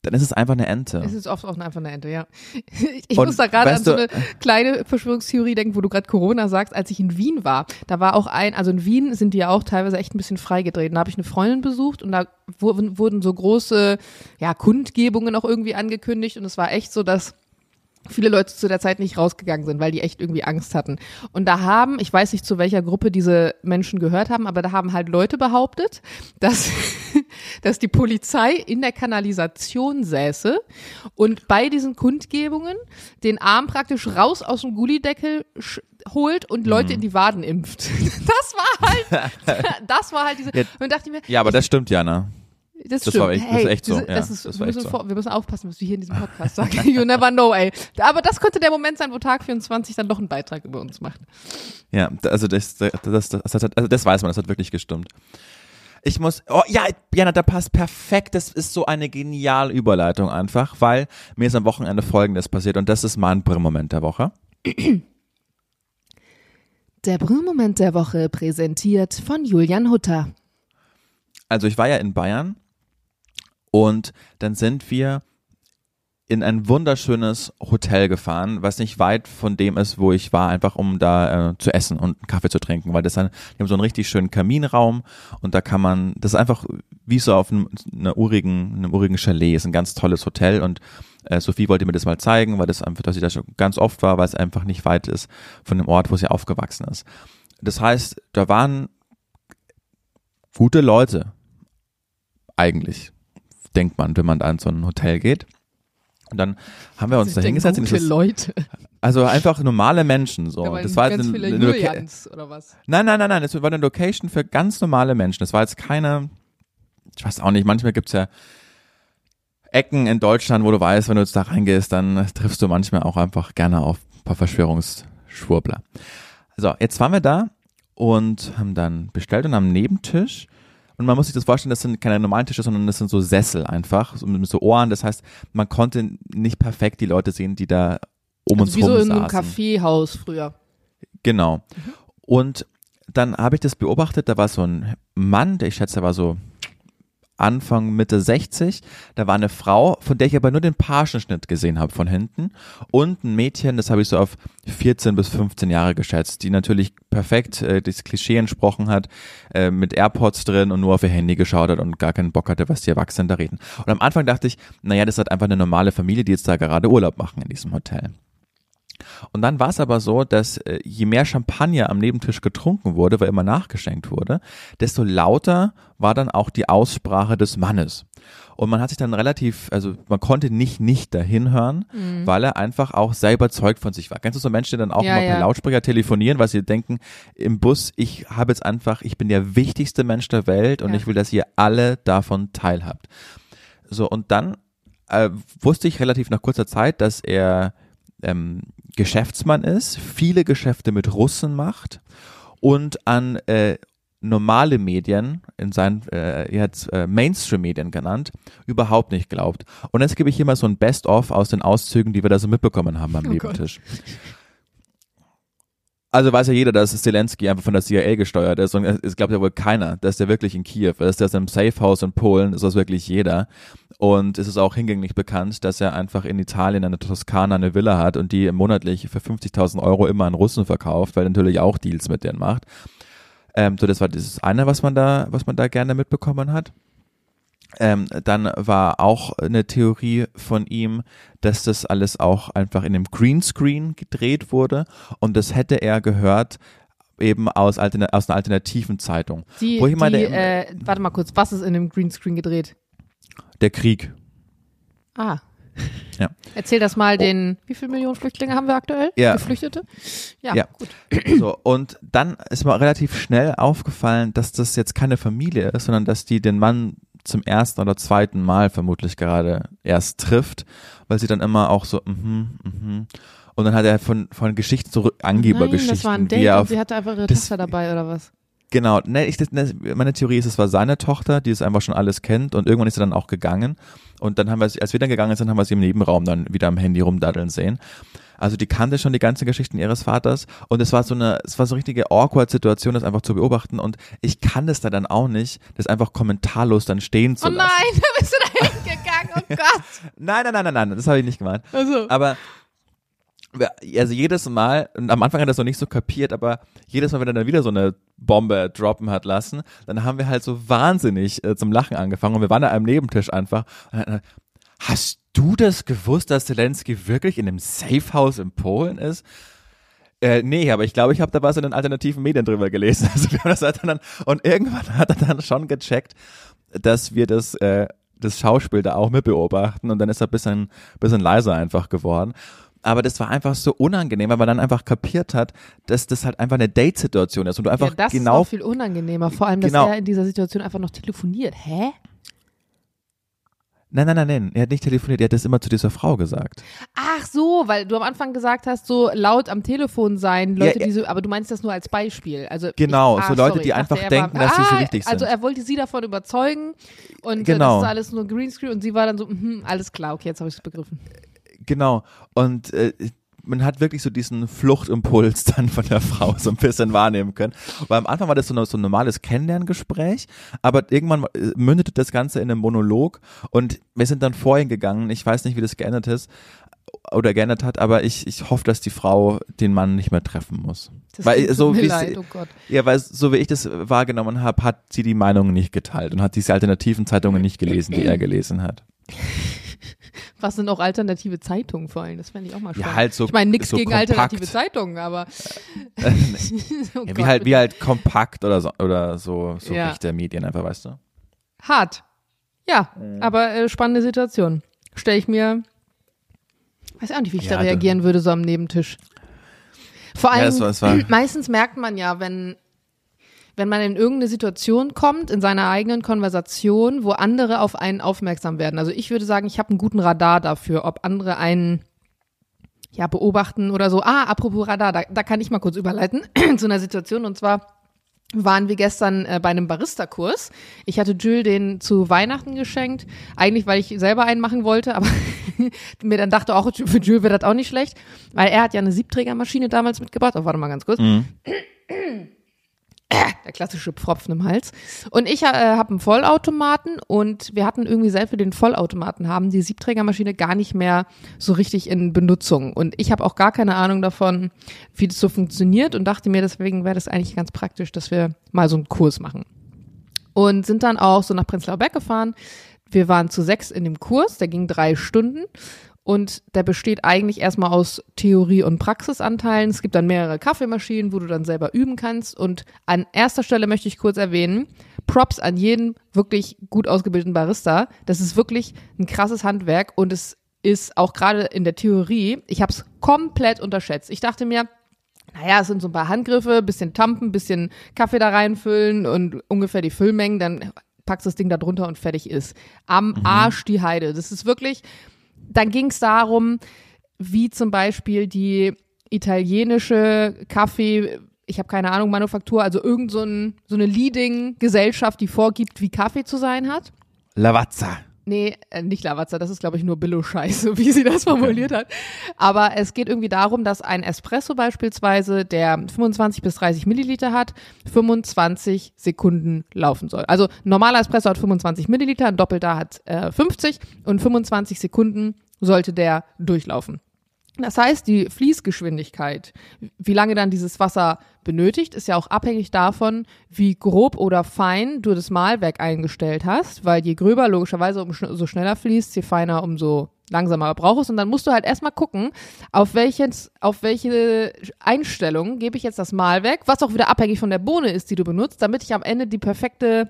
dann ist es einfach eine Ente. Es ist oft auch einfach eine Ente, ja. Ich Und muss da gerade an so du, eine kleine Verschwörungstheorie denken, wo du gerade Corona sagst, als ich in Wien war. Da war auch ein, also in Wien sind die ja auch teilweise echt ein bisschen freigedreht. Und da habe ich eine Freundin besucht und da wurden, wurden so große, ja, Kundgebungen auch irgendwie angekündigt und es war echt so, dass viele Leute zu der Zeit nicht rausgegangen sind, weil die echt irgendwie Angst hatten. Und da haben, ich weiß nicht, zu welcher Gruppe diese Menschen gehört haben, aber da haben halt Leute behauptet, dass, dass die Polizei in der Kanalisation säße und bei diesen Kundgebungen den Arm praktisch raus aus dem Gullideckel sch- holt und Leute mhm. in die Waden impft. Das war halt, das war halt diese, ja, und dachte ich mir, ja, aber ich, das stimmt, Jana. Das, das stimmt. War echt, hey, das ist echt so. Diese, ja, das ist, das wir, müssen so. vor, wir müssen aufpassen, was wir hier in diesem Podcast sagen. You never know, ey. Aber das könnte der Moment sein, wo Tag vierundzwanzig dann doch einen Beitrag über uns macht. Ja, also das, das, das, das, das, also das weiß man, das hat wirklich gestimmt. Ich muss, oh ja, Jana, da passt perfekt. Das ist so eine geniale Überleitung einfach, weil mir ist am Wochenende Folgendes passiert und das ist mein Brüllmoment der Woche. Der Brüllmoment der Woche präsentiert von Julian Hutter. Also ich war ja in Bayern und dann sind wir in ein wunderschönes Hotel gefahren, was nicht weit von dem ist, wo ich war, einfach um da äh, zu essen und einen Kaffee zu trinken, weil das dann, die haben so einen richtig schönen Kaminraum und da kann man, das ist einfach wie so auf einem, einer urigen, einem urigen Chalet, ist ein ganz tolles Hotel und äh, Sophie wollte mir das mal zeigen, weil das einfach, dass sie da schon ganz oft war, weil es einfach nicht weit ist von dem Ort, wo sie aufgewachsen ist. Das heißt, da waren gute Leute. Eigentlich, denkt man, wenn man da in so ein Hotel geht. Und dann haben wir uns ich da hingesetzt. Gute ist, Leute. Also einfach normale Menschen. So. Aber das war ganz eine, viele eine Julians oder was? Nein, nein, nein, nein. Das war eine Location für ganz normale Menschen. Das war jetzt keine, ich weiß auch nicht, manchmal gibt's ja Ecken in Deutschland, wo du weißt, wenn du jetzt da reingehst, dann triffst du manchmal auch einfach gerne auf ein paar Verschwörungsschwurbler. So, jetzt waren wir da und haben dann bestellt und am Nebentisch. Und man muss sich das vorstellen, das sind keine normalen Tische, sondern das sind so Sessel einfach, so mit so Ohren. Das heißt, man konnte nicht perfekt die Leute sehen, die da um also uns wie rum so saßen. in einem Kaffeehaus früher. Genau. Mhm. Und dann habe ich das beobachtet, da war so ein Mann, der ich schätze, der war so Anfang, Mitte sechzig, da war eine Frau, von der ich aber nur den Pagenschnitt gesehen habe von hinten und ein Mädchen, das habe ich so auf vierzehn bis fünfzehn Jahre geschätzt, die natürlich perfekt äh, das Klischee entsprochen hat, äh, mit AirPods drin und nur auf ihr Handy geschaut hat und gar keinen Bock hatte, was die Erwachsenen da reden. Und am Anfang dachte ich, naja, das ist halt einfach eine normale Familie, die jetzt da gerade Urlaub machen in diesem Hotel. Und dann war es aber so, dass äh, je mehr Champagner am Nebentisch getrunken wurde, weil immer nachgeschenkt wurde, desto lauter war dann auch die Aussprache des Mannes. Und man hat sich dann relativ, also man konnte nicht nicht dahin hören, mhm. weil er einfach auch sehr überzeugt von sich war. Kennst du so Menschen, die dann auch ja, mal per ja. Lautsprecher telefonieren, weil sie denken, im Bus, ich habe jetzt einfach, ich bin der wichtigste Mensch der Welt und ja. ich will, dass ihr alle davon teilhabt. So, und dann äh, wusste ich relativ nach kurzer Zeit, dass er ähm, Geschäftsmann ist, viele Geschäfte mit Russen macht und an äh, normale Medien, in seinen äh, jetzt äh, Mainstream-Medien genannt, überhaupt nicht glaubt. Und jetzt gebe ich hier mal so ein Best-of aus den Auszügen, die wir da so mitbekommen haben am oh Nebentisch. Gott. Also weiß ja jeder, dass Zelensky einfach von der C I A gesteuert ist und es glaubt ja wohl keiner, dass der wirklich in Kiew ist, der ist im Safehouse in Polen, ist das wirklich jeder. Und es ist auch hingänglich bekannt, dass er einfach in Italien, in der Toskana, eine Villa hat und die monatlich für fünfzigtausend Euro immer an Russen verkauft, weil er natürlich auch Deals mit denen macht. Ähm, so, das war das eine, was man da, was man da gerne mitbekommen hat. Ähm, dann war auch eine Theorie von ihm, dass das alles auch einfach in einem Greenscreen gedreht wurde und das hätte er gehört eben aus, Altern- aus einer alternativen Zeitung. Die, Wo ich meine, die, äh, warte mal kurz, was ist in dem Greenscreen gedreht? Der Krieg. Ah. Ja. Erzähl das mal den, wie viele Millionen Flüchtlinge haben wir aktuell? Ja. Geflüchtete? Ja, ja. gut. So, und dann ist mir relativ schnell aufgefallen, dass das jetzt keine Familie ist, sondern dass die den Mann zum ersten oder zweiten Mal vermutlich gerade erst trifft, weil sie dann immer auch so, mhm, mhm. Und dann hat er von, von Geschichten zurück, Angebergeschichten. Nein, das war ein Date auf, und sie hatte einfach ihre das, Tochter dabei oder was? Genau, ne, ich, ne, meine Theorie ist, es war seine Tochter, die es einfach schon alles kennt und irgendwann ist sie dann auch gegangen und dann haben wir, als wir dann gegangen sind, haben wir sie im Nebenraum dann wieder am Handy rumdaddeln sehen. Also die kannte schon die ganzen Geschichten ihres Vaters und es war so eine, es war so eine richtige awkward Situation, das einfach zu beobachten und ich kann das da dann auch nicht, das einfach kommentarlos dann stehen zu oh lassen. Oh nein, da bist du da hingegangen, oh Gott. Nein, nein, nein, nein, nein, das habe ich nicht gemeint. Also. Aber also jedes Mal, und am Anfang hat er das noch nicht so kapiert, aber jedes Mal, wenn er dann wieder so eine Bombe droppen hat lassen, dann haben wir halt so wahnsinnig äh, zum Lachen angefangen und wir waren da am Nebentisch einfach. Und dann, hast du das gewusst, dass Zelensky wirklich in einem Safehouse in Polen ist? Äh, nee, aber ich glaube, ich habe da was in den alternativen Medien drüber gelesen. Also wir haben das halt dann, und irgendwann hat er dann schon gecheckt, dass wir das, äh, das Schauspiel da auch mit beobachten und dann ist er ein bisschen, bisschen leiser einfach geworden. Aber das war einfach so unangenehm, weil man dann einfach kapiert hat, dass das halt einfach eine Date-Situation ist und du einfach ja, das genau. ist auch viel unangenehmer, vor allem, dass genau, er in dieser Situation einfach noch telefoniert. Hä? Nein, nein, nein, nein, er hat nicht telefoniert, er hat das immer zu dieser Frau gesagt. Ach so, weil du am Anfang gesagt hast, so laut am Telefon sein, Leute, ja, die so, aber du meinst das nur als Beispiel. Also genau, ich, ah, so Leute, sorry, die einfach dachte, denken, war, dass ah, sie so wichtig sind. Also er wollte sie davon überzeugen und genau. äh, das ist alles nur Greenscreen und sie war dann so, mh, alles klar, okay, jetzt habe ich es begriffen. Genau, und äh, man hat wirklich so diesen Fluchtimpuls dann von der Frau so ein bisschen wahrnehmen können. Weil am Anfang war das so, eine, so ein normales Kennenlerngespräch, aber irgendwann mündete das Ganze in einem Monolog und wir sind dann vorhin gegangen, ich weiß nicht, wie das geändert ist oder geändert hat, aber ich, ich hoffe, dass die Frau den Mann nicht mehr treffen muss. Das weil, tut so mir wie leid, oh Gott. Ja, weil so wie ich das wahrgenommen habe, hat sie die Meinung nicht geteilt und hat diese alternativen Zeitungen nicht gelesen, die er gelesen hat. Was sind auch alternative Zeitungen vor allem? Das fände ich auch mal spannend. Ja, halt so, ich meine, nichts so gegen kompakt. alternative Zeitungen, aber äh, oh ja, Gott, wie halt wie halt kompakt oder so oder so, so ja. Richter Medien einfach, weißt du? Hart. Ja, mhm. aber äh, spannende Situation. Stelle ich mir, weiß auch nicht, wie ich ja, da reagieren da, würde, so am Nebentisch. Vor allem, ja, das war, das war, meistens merkt man ja, wenn wenn man in irgendeine Situation kommt, in seiner eigenen Konversation, wo andere auf einen aufmerksam werden. Also ich würde sagen, ich habe einen guten Radar dafür, ob andere einen ja beobachten oder so. Ah, apropos Radar, da, da kann ich mal kurz überleiten zu einer Situation. Und zwar waren wir gestern äh, bei einem Barista-Kurs. Ich hatte Jules den zu Weihnachten geschenkt, eigentlich weil ich selber einen machen wollte, aber mir dann dachte auch, für Jules wäre das auch nicht schlecht, weil er hat ja eine Siebträgermaschine damals mitgebracht. Oh, warte mal ganz kurz. Mhm. Der klassische Pfropfen im Hals. Und ich äh, habe einen Vollautomaten und wir hatten irgendwie, seit wir den Vollautomaten haben, die Siebträgermaschine gar nicht mehr so richtig in Benutzung. Und ich habe auch gar keine Ahnung davon, wie das so funktioniert und dachte mir, deswegen wäre das eigentlich ganz praktisch, dass wir mal so einen Kurs machen. Und sind dann auch so nach Prenzlauer Berg gefahren. Wir waren zu sechs in dem Kurs, der ging drei Stunden. Und der besteht eigentlich erstmal aus Theorie- und Praxisanteilen. Es gibt dann mehrere Kaffeemaschinen, wo du dann selber üben kannst. Und an erster Stelle möchte ich kurz erwähnen, Props an jeden wirklich gut ausgebildeten Barista. Das ist wirklich ein krasses Handwerk und es ist auch gerade in der Theorie, ich habe es komplett unterschätzt. Ich dachte mir, naja, es sind so ein paar Handgriffe, bisschen Tampen, bisschen Kaffee da reinfüllen und ungefähr die Füllmengen, dann packst du das Ding da drunter und fertig ist. Am mhm. Arsch die Heide. Das ist wirklich... Dann ging es darum, wie zum Beispiel die italienische Kaffee, ich habe keine Ahnung, Manufaktur, also irgend so, ein, so eine Leading-Gesellschaft, die vorgibt, wie Kaffee zu sein hat. Lavazza. Nee, äh, nicht Lavazza, das ist, glaube ich, nur Billo-Scheiße, wie sie das formuliert hat. Aber es geht irgendwie darum, dass ein Espresso beispielsweise, der fünfundzwanzig bis dreißig Milliliter hat, fünfundzwanzig Sekunden laufen soll. Also ein normaler Espresso hat fünfundzwanzig Milliliter, ein doppelter hat äh, fünfzig und fünfundzwanzig Sekunden sollte der durchlaufen. Das heißt, die Fließgeschwindigkeit, wie lange dann dieses Wasser benötigt, ist ja auch abhängig davon, wie grob oder fein du das Mahlwerk eingestellt hast, weil je gröber logischerweise umso schneller fließt, je feiner umso langsamer braucht es. Und dann musst du halt erstmal gucken, auf welches, auf welche Einstellung gebe ich jetzt das Mahlwerk, was auch wieder abhängig von der Bohne ist, die du benutzt, damit ich am Ende die perfekte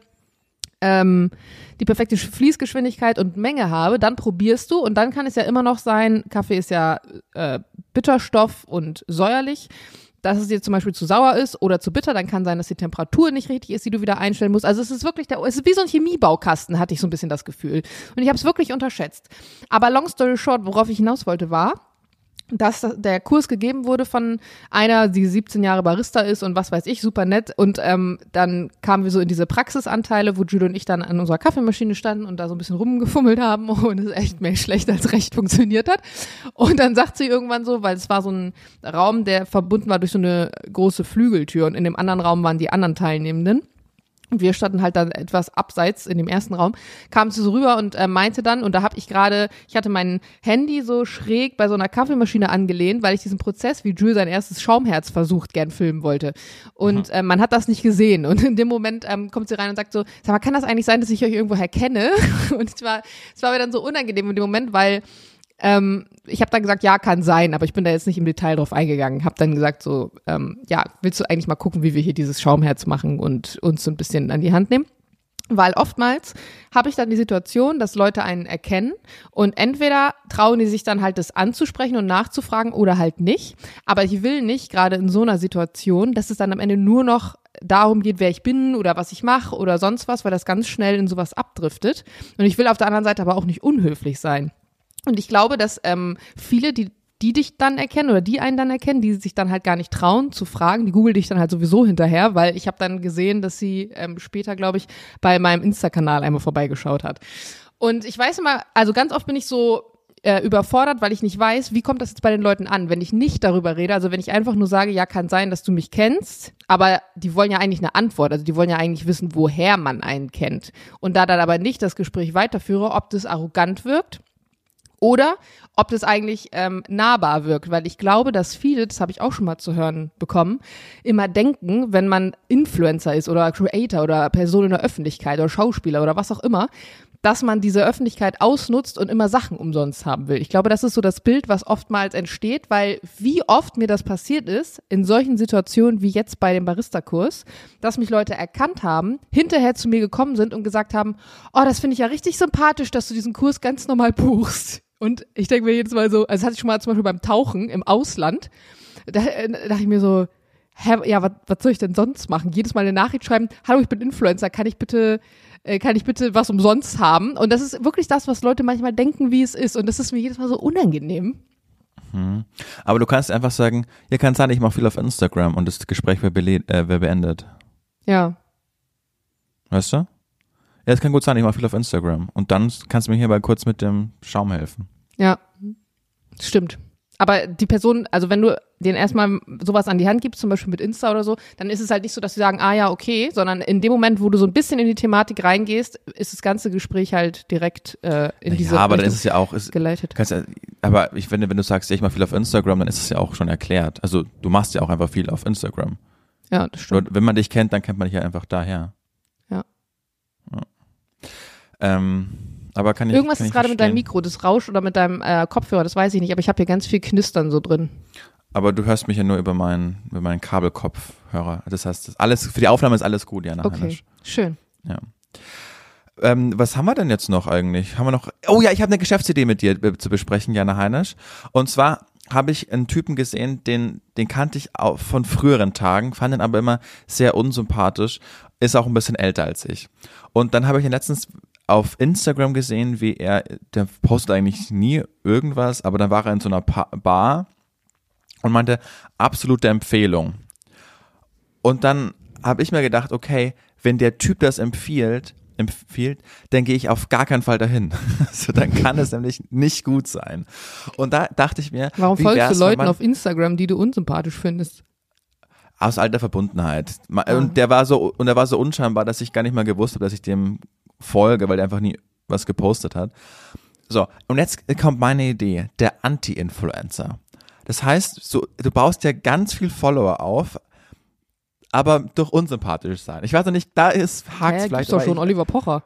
Ähm, die perfekte Fließgeschwindigkeit und Menge habe, dann probierst du und dann kann es ja immer noch sein, Kaffee ist ja äh, Bitterstoff und säuerlich, dass es dir zum Beispiel zu sauer ist oder zu bitter, dann kann sein, dass die Temperatur nicht richtig ist, die du wieder einstellen musst. Also es ist wirklich, der, es ist wie so ein Chemiebaukasten, hatte ich so ein bisschen das Gefühl. Und ich habe es wirklich unterschätzt. Aber long story short, worauf ich hinaus wollte, war, dass der Kurs gegeben wurde von einer, die siebzehn Jahre Barista ist und was weiß ich, super nett. Und ähm, dann kamen wir so in diese Praxisanteile, wo Jude und ich dann an unserer Kaffeemaschine standen und da so ein bisschen rumgefummelt haben und es echt mehr schlecht als recht funktioniert hat. Und dann sagt sie irgendwann so, weil es war so ein Raum, der verbunden war durch so eine große Flügeltür und in dem anderen Raum waren die anderen Teilnehmenden. Und wir standen halt dann etwas abseits in dem ersten Raum, kam sie so rüber und äh, meinte dann, und da habe ich gerade, ich hatte mein Handy so schräg bei so einer Kaffeemaschine angelehnt, weil ich diesen Prozess, wie Jules sein erstes Schaumherz versucht, gern filmen wollte. Und äh, man hat das nicht gesehen. Und in dem Moment ähm, kommt sie rein und sagt so, sag mal, kann das eigentlich sein, dass ich euch irgendwoher kenne? Und es war, es war mir dann so unangenehm in dem Moment, weil Ähm, ich habe dann gesagt, ja, kann sein, aber ich bin da jetzt nicht im Detail drauf eingegangen. Habe dann gesagt so, ähm, ja, willst du eigentlich mal gucken, wie wir hier dieses Schaumherz machen und uns so ein bisschen an die Hand nehmen? Weil oftmals habe ich dann die Situation, dass Leute einen erkennen und entweder trauen die sich dann halt, das anzusprechen und nachzufragen oder halt nicht. Aber ich will nicht, gerade in so einer Situation, dass es dann am Ende nur noch darum geht, wer ich bin oder was ich mache oder sonst was, weil das ganz schnell in sowas abdriftet. Und ich will auf der anderen Seite aber auch nicht unhöflich sein. Und ich glaube, dass ähm, viele, die die dich dann erkennen oder die einen dann erkennen, die sich dann halt gar nicht trauen zu fragen, die googeln dich dann halt sowieso hinterher, weil ich habe dann gesehen, dass sie ähm, später, glaube ich, bei meinem Insta-Kanal einmal vorbeigeschaut hat. Und ich weiß immer, also ganz oft bin ich so äh, überfordert, weil ich nicht weiß, wie kommt das jetzt bei den Leuten an, wenn ich nicht darüber rede, also wenn ich einfach nur sage, ja, kann sein, dass du mich kennst, aber die wollen ja eigentlich eine Antwort, also die wollen ja eigentlich wissen, woher man einen kennt. Und da dann aber nicht das Gespräch weiterführe, ob das arrogant wirkt, oder ob das eigentlich ähm, nahbar wirkt, weil ich glaube, dass viele, das habe ich auch schon mal zu hören bekommen, immer denken, wenn man Influencer ist oder Creator oder Person in der Öffentlichkeit oder Schauspieler oder was auch immer, dass man diese Öffentlichkeit ausnutzt und immer Sachen umsonst haben will. Ich glaube, das ist so das Bild, was oftmals entsteht, weil wie oft mir das passiert ist, in solchen Situationen wie jetzt bei dem Barista-Kurs, dass mich Leute erkannt haben, hinterher zu mir gekommen sind und gesagt haben, oh, das finde ich ja richtig sympathisch, dass du diesen Kurs ganz normal buchst. Und ich denke mir jedes Mal so, also das hatte ich schon mal zum Beispiel beim Tauchen im Ausland, da, da dachte ich mir so, hä, ja, was, was soll ich denn sonst machen? Jedes Mal eine Nachricht schreiben, hallo, ich bin Influencer, kann ich bitte, äh, kann ich bitte was umsonst haben? Und das ist wirklich das, was Leute manchmal denken, wie es ist. Und das ist mir jedes Mal so unangenehm. Hm. Aber du kannst einfach sagen, ja, kann sein, ich mache viel auf Instagram und das Gespräch wäre be- äh, wär beendet. Ja. Weißt du? Ja, es kann gut sein, ich mache viel auf Instagram. Und dann kannst du mir hierbei kurz mit dem Schaum helfen. Ja, stimmt. Aber die Person, also wenn du denen erstmal sowas an die Hand gibst, zum Beispiel mit Insta oder so, dann ist es halt nicht so, dass sie sagen, ah ja, okay, sondern in dem Moment, wo du so ein bisschen in die Thematik reingehst, ist das ganze Gespräch halt direkt äh, in diese Ja, aber Richtung dann ist es ja auch ist, geleitet. Kannst, aber ich finde, wenn du sagst, ja, ich mache viel auf Instagram, dann ist es ja auch schon erklärt. Also du machst ja auch einfach viel auf Instagram. Ja, das stimmt. Nur, wenn man dich kennt, dann kennt man dich ja einfach daher. Ja. ja. Ähm, aber kann ich Irgendwas kann ist ich gerade mit deinem verstehen. Mikro, das rauscht oder mit deinem äh, Kopfhörer, das weiß ich nicht, aber ich habe hier ganz viel Knistern so drin. Aber du hörst mich ja nur über meinen über meinen Kabelkopfhörer. Das heißt, das alles für die Aufnahme ist alles gut, Jana Okay, Heinisch. schön. Ja. Ähm, was haben wir denn jetzt noch eigentlich? Haben wir noch? Oh ja, ich habe eine Geschäftsidee mit dir äh, zu besprechen, Jana Heinisch. Und zwar habe ich einen Typen gesehen, den den kannte ich auch von früheren Tagen, fand ihn aber immer sehr unsympathisch, ist auch ein bisschen älter als ich. Und dann habe ich ihn letztens auf Instagram gesehen, wie er, der postet eigentlich nie irgendwas, aber dann war er in so einer pa- Bar und meinte, absolute Empfehlung. Und dann habe ich mir gedacht, okay, wenn der Typ das empfiehlt, empfiehlt, dann gehe ich auf gar keinen Fall dahin. So, dann kann es nämlich nicht gut sein. Und da dachte ich mir, Warum wie folgst wär's, du wenn Leuten man- auf Instagram, die du unsympathisch findest? Aus alter Verbundenheit. Ma- Ah. Und der war so, und der war so unscheinbar, dass ich gar nicht mal gewusst habe, dass ich dem folge, weil der einfach nie was gepostet hat. So, und jetzt kommt meine Idee, der Anti-Influencer. Das heißt, so, du baust ja ganz viel Follower auf, aber durch unsympathisch sein. Ich weiß noch nicht, da ist hakt Ja, vielleicht. gibt's doch aber schon ich, Oliver Pocher.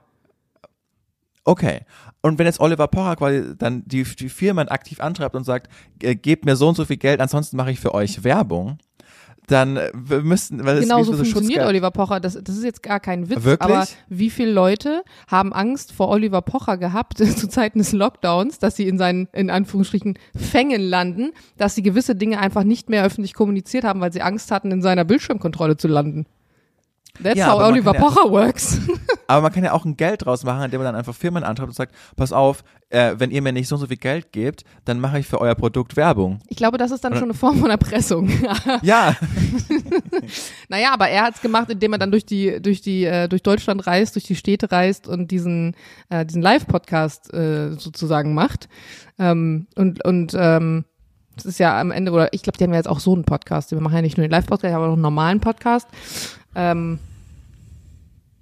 Okay. Und wenn jetzt Oliver Pocher quasi dann die, die Firmen aktiv antreibt und sagt, äh, gebt mir so und so viel Geld, ansonsten mache ich für euch Werbung, dann äh, wir müssten, weil Genau es so wie so funktioniert Schutzgeld- Oliver Pocher. Das, das ist jetzt gar kein Witz, Wirklich? aber wie viele Leute haben Angst vor Oliver Pocher gehabt zu Zeiten des Lockdowns, dass sie in seinen, in Anführungsstrichen, Fängen landen, dass sie gewisse Dinge einfach nicht mehr öffentlich kommuniziert haben, weil sie Angst hatten, in seiner Bildschirmkontrolle zu landen. That's Ja, how aber man Oliver kann ja- Pocher works. Aber man kann ja auch ein Geld draus machen, indem man dann einfach Firmen antreibt und sagt, pass auf, äh, wenn ihr mir nicht so und so viel Geld gebt, dann mache ich für euer Produkt Werbung. Ich glaube, das ist dann schon eine Form von Erpressung. Ja, Naja, aber er hat's gemacht, indem er dann durch die, durch die, äh, durch Deutschland reist, durch die Städte reist und diesen, äh, diesen Live-Podcast äh, sozusagen macht. Ähm, und und ähm, das ist ja am Ende, oder ich glaube, die haben ja jetzt auch so einen Podcast. Wir machen ja nicht nur den Live-Podcast, wir haben auch noch einen normalen Podcast. Ähm,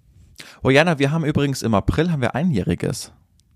Oh Jana, wir haben übrigens im April haben wir Einjähriges.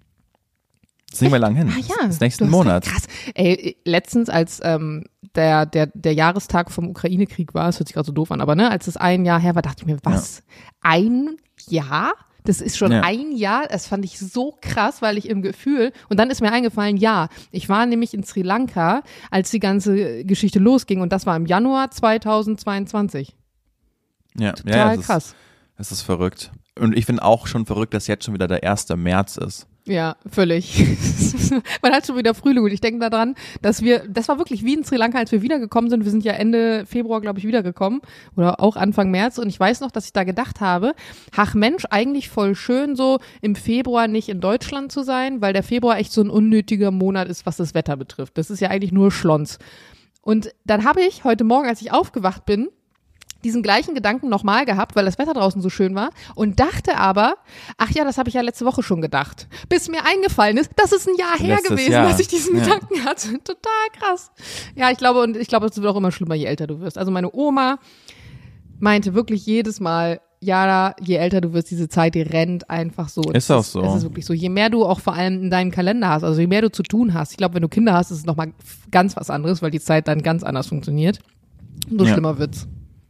Das ist nicht mehr lang hin. Ah, ja. Das ist nächsten Du hast Monat. recht, krass. Ey, letztens, als ähm, der, der, der Jahrestag vom Ukraine-Krieg war, das hört sich gerade so doof an, aber ne, als es ein Jahr her war, dachte ich mir, was? Ja. Ein Jahr? Das ist schon ja. ein Jahr, das fand ich so krass, weil ich im Gefühl, und dann ist mir eingefallen, ja, ich war nämlich in Sri Lanka, als die ganze Geschichte losging und das war im Januar zweitausendzweiundzwanzig. Ja, Total ja, das krass. Ist, das ist verrückt. Und ich finde auch schon verrückt, dass jetzt schon wieder der erste März ist. Ja, völlig. Man hat schon wieder Frühling und ich denke daran, dass wir, das war wirklich wie in Sri Lanka, als wir wiedergekommen sind. Wir sind ja Ende Februar, glaube ich, wiedergekommen oder auch Anfang März und ich weiß noch, dass ich da gedacht habe, ach Mensch, eigentlich voll schön so im Februar nicht in Deutschland zu sein, weil der Februar echt so ein unnötiger Monat ist, was das Wetter betrifft. Das ist ja eigentlich nur Schlons. Und dann habe ich heute Morgen, als ich aufgewacht bin, diesen gleichen Gedanken nochmal gehabt, weil das Wetter draußen so schön war und dachte aber, ach ja, das habe ich ja letzte Woche schon gedacht. Bis mir eingefallen ist, das ist ein Jahr her Letztes gewesen, Jahr. dass ich diesen Ja. Gedanken hatte. Total krass. Ja, ich glaube, und ich glaube, es wird auch immer schlimmer, je älter du wirst. Also meine Oma meinte wirklich jedes Mal, ja, je älter du wirst, diese Zeit, die rennt einfach so. Ist Das auch so. Es ist wirklich so. Je mehr du auch vor allem in deinem Kalender hast, also je mehr du zu tun hast. Ich glaube, wenn du Kinder hast, ist es nochmal ganz was anderes, weil die Zeit dann ganz anders funktioniert. Und so Ja. schlimmer wird's.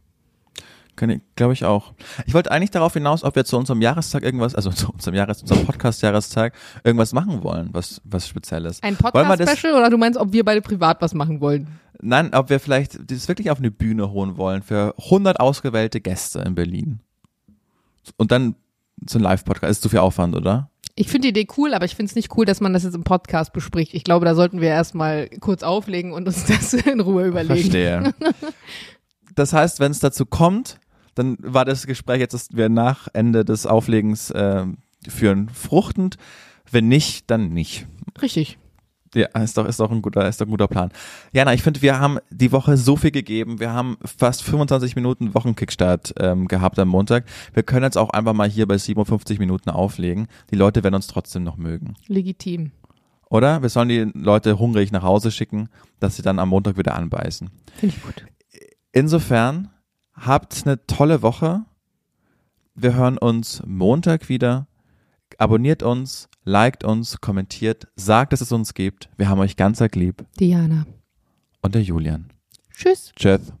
Glaube ich auch. Ich wollte eigentlich darauf hinaus, ob wir zu unserem Jahrestag irgendwas, also zu unserem Jahres, unserem Podcast-Jahrestag irgendwas machen wollen, was, was Spezielles. Ein Wollen wir das- Podcast-Special oder du meinst, ob wir beide privat was machen wollen? Nein, ob wir vielleicht das wirklich auf eine Bühne holen wollen für hundert ausgewählte Gäste in Berlin. Und dann so ein Live-Podcast. Ist zu viel Aufwand, oder? Ich finde die Idee cool, aber ich finde es nicht cool, dass man das jetzt im Podcast bespricht. Ich glaube, da sollten wir erstmal kurz auflegen und uns das in Ruhe überlegen. Verstehe. Das heißt, wenn es dazu kommt, dann war das Gespräch jetzt, das wir nach Ende des Auflegens äh, führen, fruchtend. Wenn nicht, dann nicht. Richtig. Ja, ist doch, ist doch ein guter, ist doch ein guter Plan. Jana, ich finde, wir haben die Woche so viel gegeben. Wir haben fast fünfundzwanzig Minuten Wochenkickstart ähm, gehabt am Montag. Wir können jetzt auch einfach mal hier bei siebenundfünfzig Minuten auflegen. Die Leute werden uns trotzdem noch mögen. Legitim. Oder? Wir sollen die Leute hungrig nach Hause schicken, dass sie dann am Montag wieder anbeißen. Finde ich gut. Insofern, habt eine tolle Woche. Wir hören uns Montag wieder. Abonniert uns, liked uns, kommentiert, sagt, dass es uns gibt. Wir haben euch ganz arg lieb. Diana. Und der Julian. Tschüss. Tschüss.